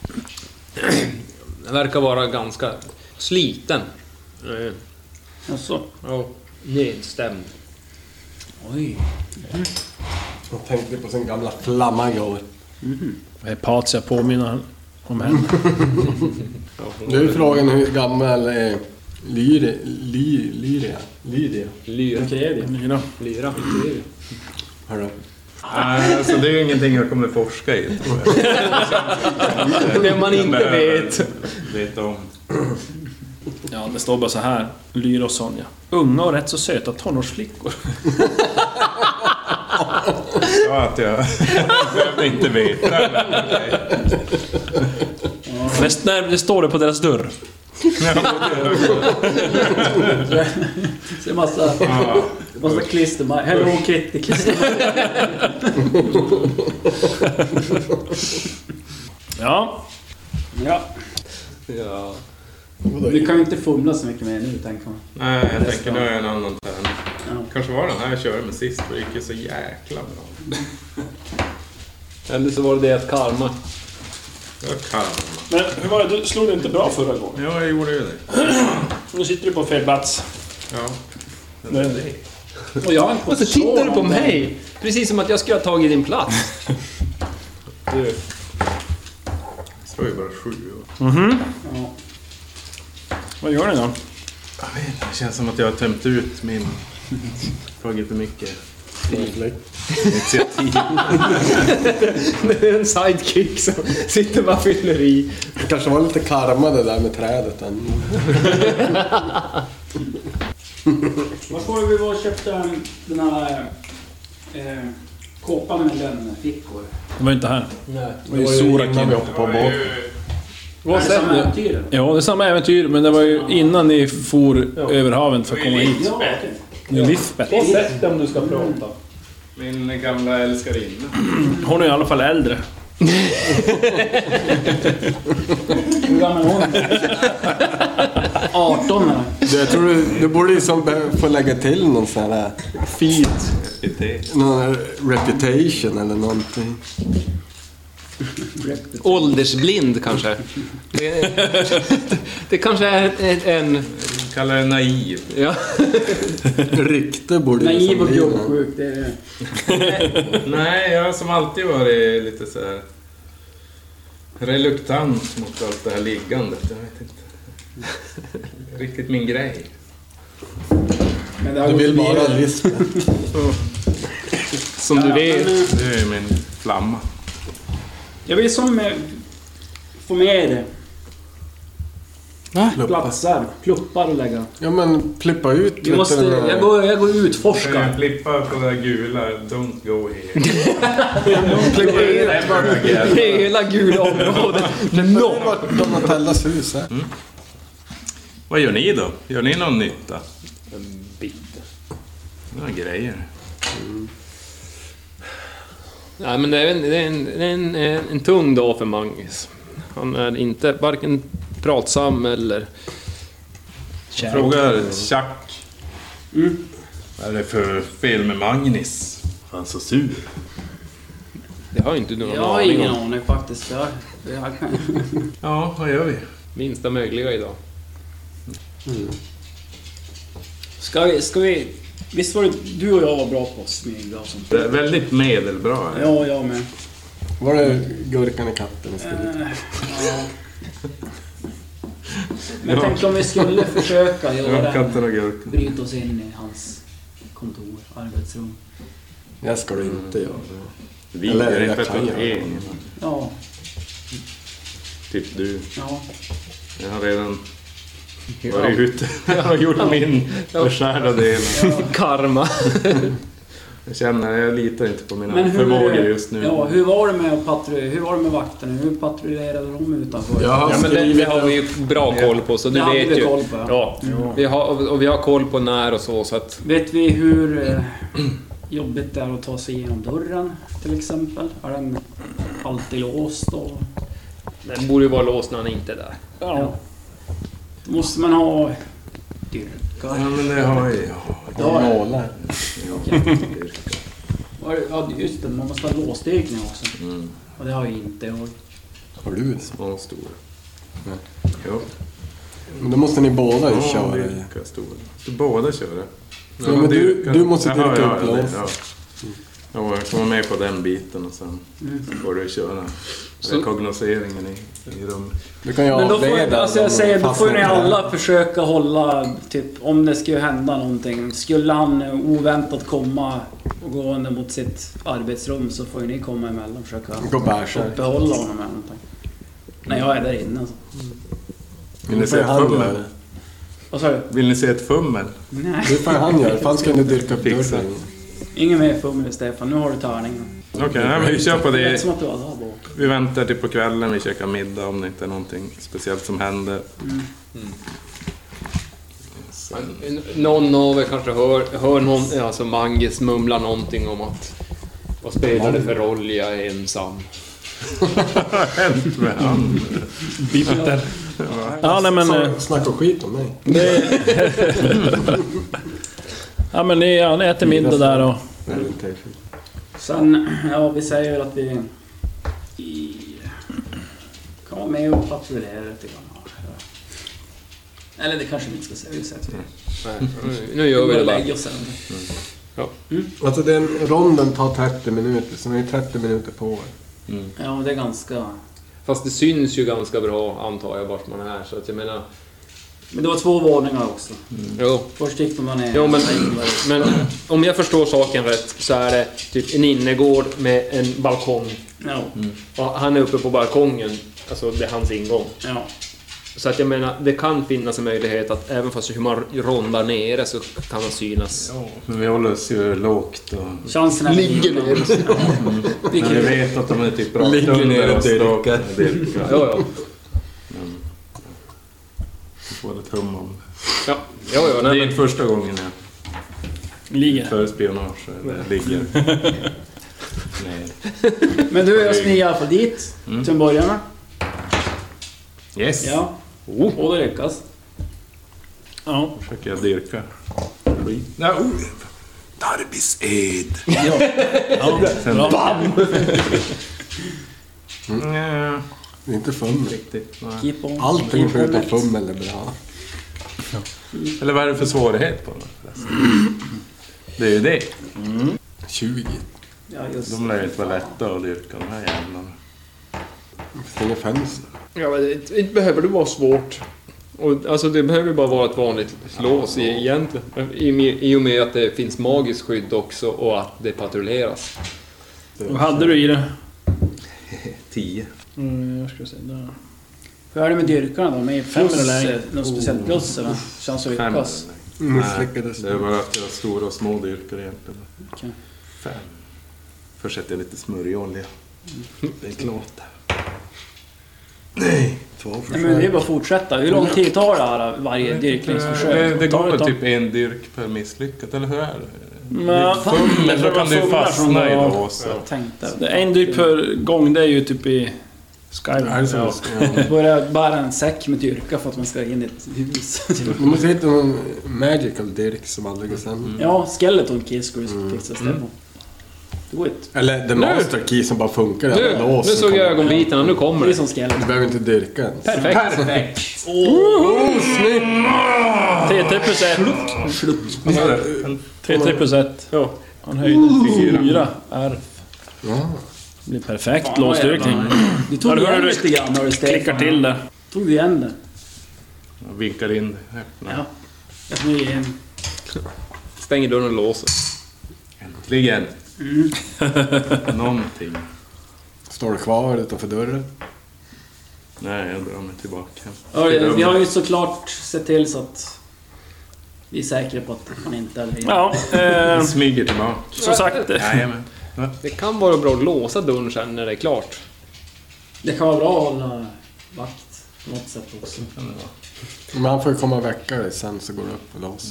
Den verkar vara ganska sliten. Eh, Jaså? Ja, nedstämd. Oj. Jag tänkte på sin gamla flamma igår. Hepatia påminner om henne. Du är frågan hur gammal är Lyria? Ly, Lyria? Lyria? Lyra. Lyra. Lyra. Hörru. Nej, alltså det är ju ingenting jag kommer forska i. tror jag. Det man inte Jag behöver vet. Veta om. Ja, det står bara så här. Lyra och Sonja. Unga och rätt så söta tonårsflickor. Ja, att jag behövde inte veta. Men nej, det står det på deras dörr. Så massa, massa klistermärken. Hello Kitty klistermärken. Ja. Ja. Ja. Du kan ju inte fumla så mycket med nu, tänker man. Nej, jag tänker nu är jag en annan tärning. Ja. Kanske var den här jag körde med sist, för det gick ju så jäkla bra. Eller så var det det att karma. Det var karma. Men hur var det? Du slog det inte bra förra gången. Ja, jag gjorde ju det. Nu sitter du på fel plats. Ja. Men, Och jag har inte Och så fått tittar du sova på om mig! Precis som att jag skulle ha tagit din plats. Du. Jag står ju bara sju år. mhm. Ja. Vad gör ni då? Jag vet inte, det känns som att jag har tömt ut min... Tagit för mycket initiativ. Det är en sidekick som sitter bara och fyller i. Det kanske var lite karma det där med trädet än. Vad får vi var och köpte den här eh, kåpan med lönnfickor? Det var inte här. Nej. Det var ju Sorakin. Innan vi hoppade på båten. Vad är det som äventyr? Ja, det är samma äventyr, men det var ju innan ni for över haven för att komma hit. Ja, okej. Med Lisbeth. Vad sätt om du ska prata? Min gamla älskarinna. Hon är i alla fall äldre. Hur gammal är hon? arton eller? Jag tror du, du borde liksom be- få lägga till någon sån här feat, någon reputation eller någonting. Åldersblind kanske. Det, det kanske är en... en Kallar det naiv. ja. Rykte borde Naiv och bli någon. gubbsjuk, det är... Nej, jag har som alltid varit lite så här reluktant mot allt det här liggandet. Jag vet inte. Riktigt min grej. Men det har Du gått vill bara vidare. Lisbeth. Som du vet. Det är min flamma. Jag vill som eh, få med det. Pluppa. Platsar, pluppar och lägga. Ja men plippa ut Vi måste, vet du, den här- jag går, jag går och Ska utforskar. jag klippa på det där gula? Don't go here. Klippa ut Never again. Hela gula området. No. Donatellas hus här. Vad gör ni då? Gör ni någon nytta? Bit. Några grejer. Nej, men det är en, det är en, det är en, en tung dag för Magnus. Han är inte varken pratsam eller... Jag frågar Chuck. Mm. Vad är det för fel med Magnus? Han är så sur. Det har inte du någon Jag har aning ingen om. aning faktiskt. Jag, jag kan... Ja, vad gör vi? Minsta möjliga idag. Mm. Ska vi, ska vi... Visst var det du och jag var bra på att smyga och sånt? Det är väldigt medelbra. Ja, jag med. Var det gurkan i katten och skulle... Eh, ja. Men jag tänkte om vi skulle försöka Ja, göra katten och en, gurkan. bryta oss in i hans kontor, arbetsrum. Jag ska du inte göra. Vi Eller, är jag inte kan på göra. en. Ja, Typ du. ja. Jag har redan varit ute. Jag har gjort min beskärda del. Karma. Jag känner, jag litar inte på mina Men hur, förmågor just nu. Ja, hur var det med att patrullera? Hur var det med vakterna? Hur patrullerade de utanför? Jag har Ja, men det, det har vi ju bra koll på, så du Det hade vet vi ju. koll på, ja. Ja, vi har, och vi har koll på när och så, så att... Vet vi hur eh, jobbigt det är att ta sig igenom dörren, till exempel? Är den alltid låst? Och... Den borde ju vara låst när han inte är där. Ja. Då måste man ha Ja, dyrkar. men det har jag. Ja, Nålar. ja, just det. Man måste ha låsdyrkning också. Mm. Och det har ju inte jag. Har du det? Små och stora. Nej. Jo. Men då måste ni båda Ja, köra. dyrka stora. Så båda köra. Ja, men du- du måste dyrka upp ja, lås. ja. Ja, jag kommer med på den biten och sen Mm. får du köra Så- rekognoseringen i, i rummet. Du kan ju Men då avleda får, alltså jag dem säger, då fast får ni de- alla försöka hålla, typ, om det skulle hända någonting. Skulle han oväntat komma och gå under mot sitt arbetsrum så får ju ni komma emellan och försöka Gå bärsärk. uppehålla honom eller någonting. När jag är där inne alltså. Vill ni se får ett han fummel? göra. Vad sa du? Vill ni se ett fummel? Nej. Det får han göra. Fan ska ni dyrka upp Fixa. dörren. Ingen mer fummel Stefan, nu har du tärningen. Okej, okay, men vi kör på Det lät det. som att du hade här bak. Vi väntar till på kvällen, vi käkar middag om det inte är någonting speciellt som händer. Mm. Sen, Någon av er kanske hör, hör någon, alltså Manges mumla någonting om att... Vad spelar det för roll, jag är ensam. hänt med han. Bitter. Ja, nej men... Så, eh, snacka skit om mig. Det... ja, men ni, ja, ni äter middag där och... Nej, det är inte fint. Sen, ja vi säger att vi i, kan vara med och patrullera lite grann. Eller det kanske vi inte ska säga, vi säger att vi Nu gör vi det bara. lägger oss sen. Alltså den ronden tar trettio minuter, så ni har trettio minuter på er. Mm. Ja, det är ganska... Fast det syns ju ganska bra, antar jag, vart man är. Så att jag menar... Men det var två våningar också. Jo, Först gick man ner. jo men, men om jag förstår saken rätt så är det typ en innergård med en balkong. Ja, Och han är uppe på balkongen, alltså det är hans ingång. ja. Så att jag menar, det kan finnas en möjlighet att även fast hur man rondar nere så kan man synas. Ja, men vi håller oss ju lågt och... Chansen är... Ligger ner. Ja. Men vi vet att de är typ rakt Ligger ner under och oss. då- dyrkar. dyrkar. Ja, ja. Men vi får ett hum om Ja, ja, ja det. nej, Det är men, inte första gången jag Ligger. för spionage eller ligger. Nej. Men du, jag smyger i alla fall dit. Mm. Till en början med. Yes. Ja. Och det lyckas. Ja. Försöker jag dyrka. Skit. Nej, oh. Darbis ed. Ja, Sen bra. bam! Mm. Det är inte fummel. Riktigt. Nej. Keep on. Allting keep on förutom next. fummel är bra. Eller vad är det för svårighet på det? Det är ju det. tjugo. Ja, just De lär ju inte vara lätta att dyrka, de här jävlarna. Det är inga fönster. ja, men det, inte behöver det vara svårt. Och, alltså det behöver bara vara ett vanligt lås i, egentligen. I, I och med att det finns magiskt skydd också och att det patrulleras. Vad hade du i det? Tio. Mm, jag ska se. Där. Hur är det med dyrkarna då? Med Fem plus, eller lägre? eh, något speciellt plus eller? Chans att Fem. lyckas? Misslyckades. Det är bara att jag har stora och små dyrkar egentligen. Okej. Fem. Först sätter jag lite smörjolja. Det är klart. Nej. Två Nej, försök. men det är bara att fortsätta. Hur lång tid tar det här varje Det, dyrkningsförsök? det Ta går ett väl tag. typ en dyrk per misslyckat, eller hur är det? Men, Men då kan du fastna i lås. Jag tänkte. det är en dryck per gång, det är ju typ i Skyrim. Är det så? Ja. Ja. Börja bara en säck med dyrka för att man ska in i ett hus. Du måste hitta någon magical dirk som aldrig går sönder. Ja, skeleton key skulle du fixa ställa på. Do it. Eller the master key som bara funkar. Nu, Eller lås nu som såg jag kommer. ögonbitarna, nu kommer Det är det. som skeleton. Du behöver inte dyrka ens. Perfekt. Perfekt. Oh, snyggt! T tre plus ett. Vad sa du? T tre plus ett. Ja. Han höjde fyra R. Ja. Det blir perfekt Fan, låsstyrkning. vad jävla- Du tog Ja, det igen hör du. lite grann har du Stefan. Klickar till där. Tog du igen det? Jag vinkar in. Öppna. Ja. Jag tog igen. Stänger dörren och låser. Äntligen. Någonting. Står du kvar utanför dörren? Nej, jag drar mig tillbaka. Ja, det- vi har ju såklart sett till så att vi är säkra på att han inte är Ja, eh, Jag smyger tillbaka. som sagt. Jajamän. Det kan vara bra att låsa dörren sen när det är klart. Det kan vara bra att hålla vakt på något sätt också. Men han får ju komma och väcka dig sen så går du upp och låser.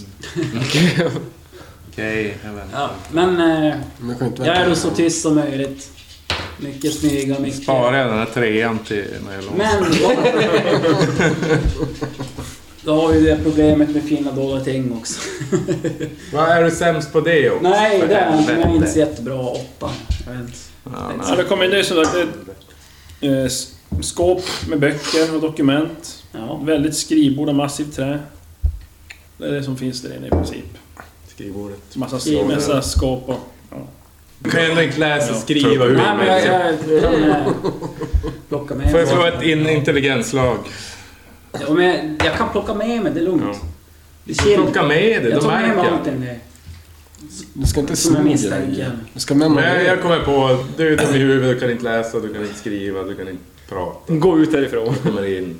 Okej, jag väntar. Ja, men eh, Men du kan inte jag väcka är då dig. så tyst som möjligt. Mycket smyga, mycket... Sparar jag den här trean till när jag låser. Men då, då har vi det problemet med fina dolda ting också. Vad är du sämst på det också? Nej, För det är inte. Jag är inte helvete. så jättebra. Åtta. Jag vet inte. Ja, Ja, det kommer det är sådär, det är, eh, skåp med böcker och dokument. Ja. Väldigt skrivbord av massivt trä. Det är det som finns där inne i princip. Skrivbordet. Massa, Skrivbord. massa skåp och... Ja. Du kan ju ändå inte läsa och skriva hur Nej, men jag, jag kan eh, plocka med Får jag slå mig. ett in intelligenslag? Ja, men jag kan plocka med mig, det är lugnt. Ja. Det är chill. Plocka med det, Jag då tar med mig märker jag. allting det. Du ska inte Som jag smyga misstänker. dig. Du ska memorera. Nej, jag kommer på, du är dum i huvudet, du kan inte läsa, du kan inte skriva, du kan inte prata. Gå ut härifrån. Du kommer in.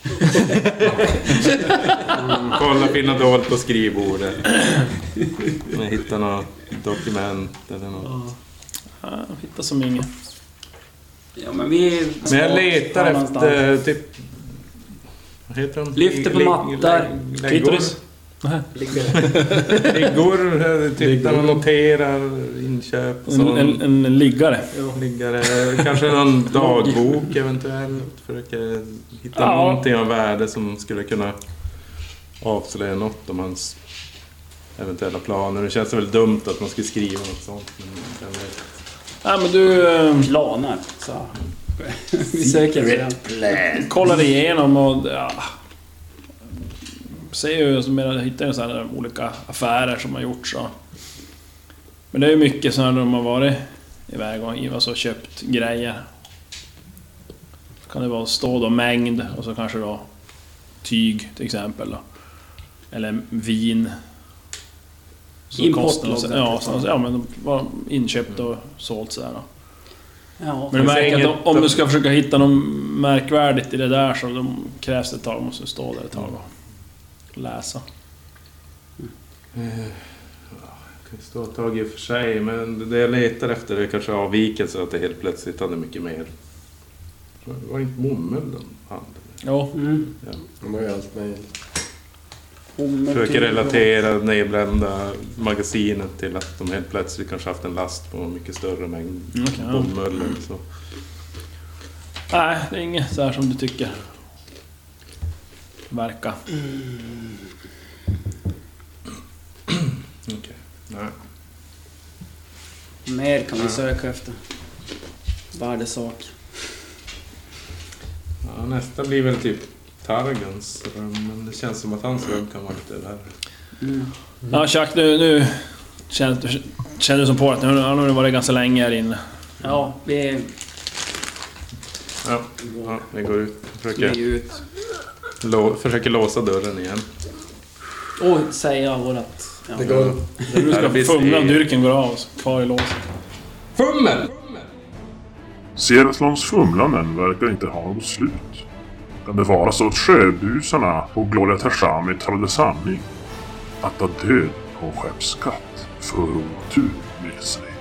Mm, kolla fina dolt på skrivbordet. Jag hittar något dokument eller något. Ja, jag hittar som inget. Ja, men vi... Men jag letar någonstans. efter typ... Vad heter de? Lyfter på Lig- mattar. lig- Klitoris. Liggor, tittar och noterar inköp och En, sånt. en, en liggare. Liggare, kanske någon dagbok eventuellt. Försöka hitta Ja. någonting av värde som skulle kunna avslöja något om hans eventuella planer. Det känns väl dumt att man skulle skriva något sånt. Men jag vet. Ja, men du eh, Planer. Så. Vi söker redan. kollar igenom och... Ja, ser ju som jag hittar ju sådana olika affärer som har gjorts. Så. Men det är ju mycket sådana de har varit iväg och Ivas och köpt grejer. Så kan det vara stå då mängd och så kanske då tyg till exempel då. Eller vin. Så Importlogg. kostar det- Ja, så, ja, men de var inköpt och sålt sådär då. Ja. Men du Det är märker att inget- om, om du ska försöka hitta något märkvärdigt i det där så de krävs det ett tag, måste stå där ett tag och läsa. Det kan stå ett tag i och för sig, men det jag letar efter är kanske avvikelser, att det helt plötsligt hade mycket mer. Var det inte bomull de hade? Jo, Mm. De har ju allt möjligt. Försöker relatera, nedblända magasinet till att de helt plötsligt kanske haft en last på en mycket större mängd Okej, ja. bomull eller så. nej, det är inget så här som du tycker verkar. Okej. Nej. Mer kan vi söka efter. Värdesak. Ja, nästa blir väl typ Targans rum, men det känns som att hans rum kan vara lite värre. Mm. Ja, Chuck, nu, nu känner, du- känner du som på att nu nu har du varit ganska länge här inne. Ja, vi Ja, ja vi går ut. lägger Försöker, ut. lå, försöker låsa dörren igen. Och säga vårat... Ja. Det går. Du Här ska finns fumla, det- dyrken går av och så kvar i låset. Fummel! Seratlons fumlanden verkar inte ha något slut. Kan det vara så att sjöbusarna på Gloria Tersami talade sanning? Att ta död på en skeppsskatt för otur med sig.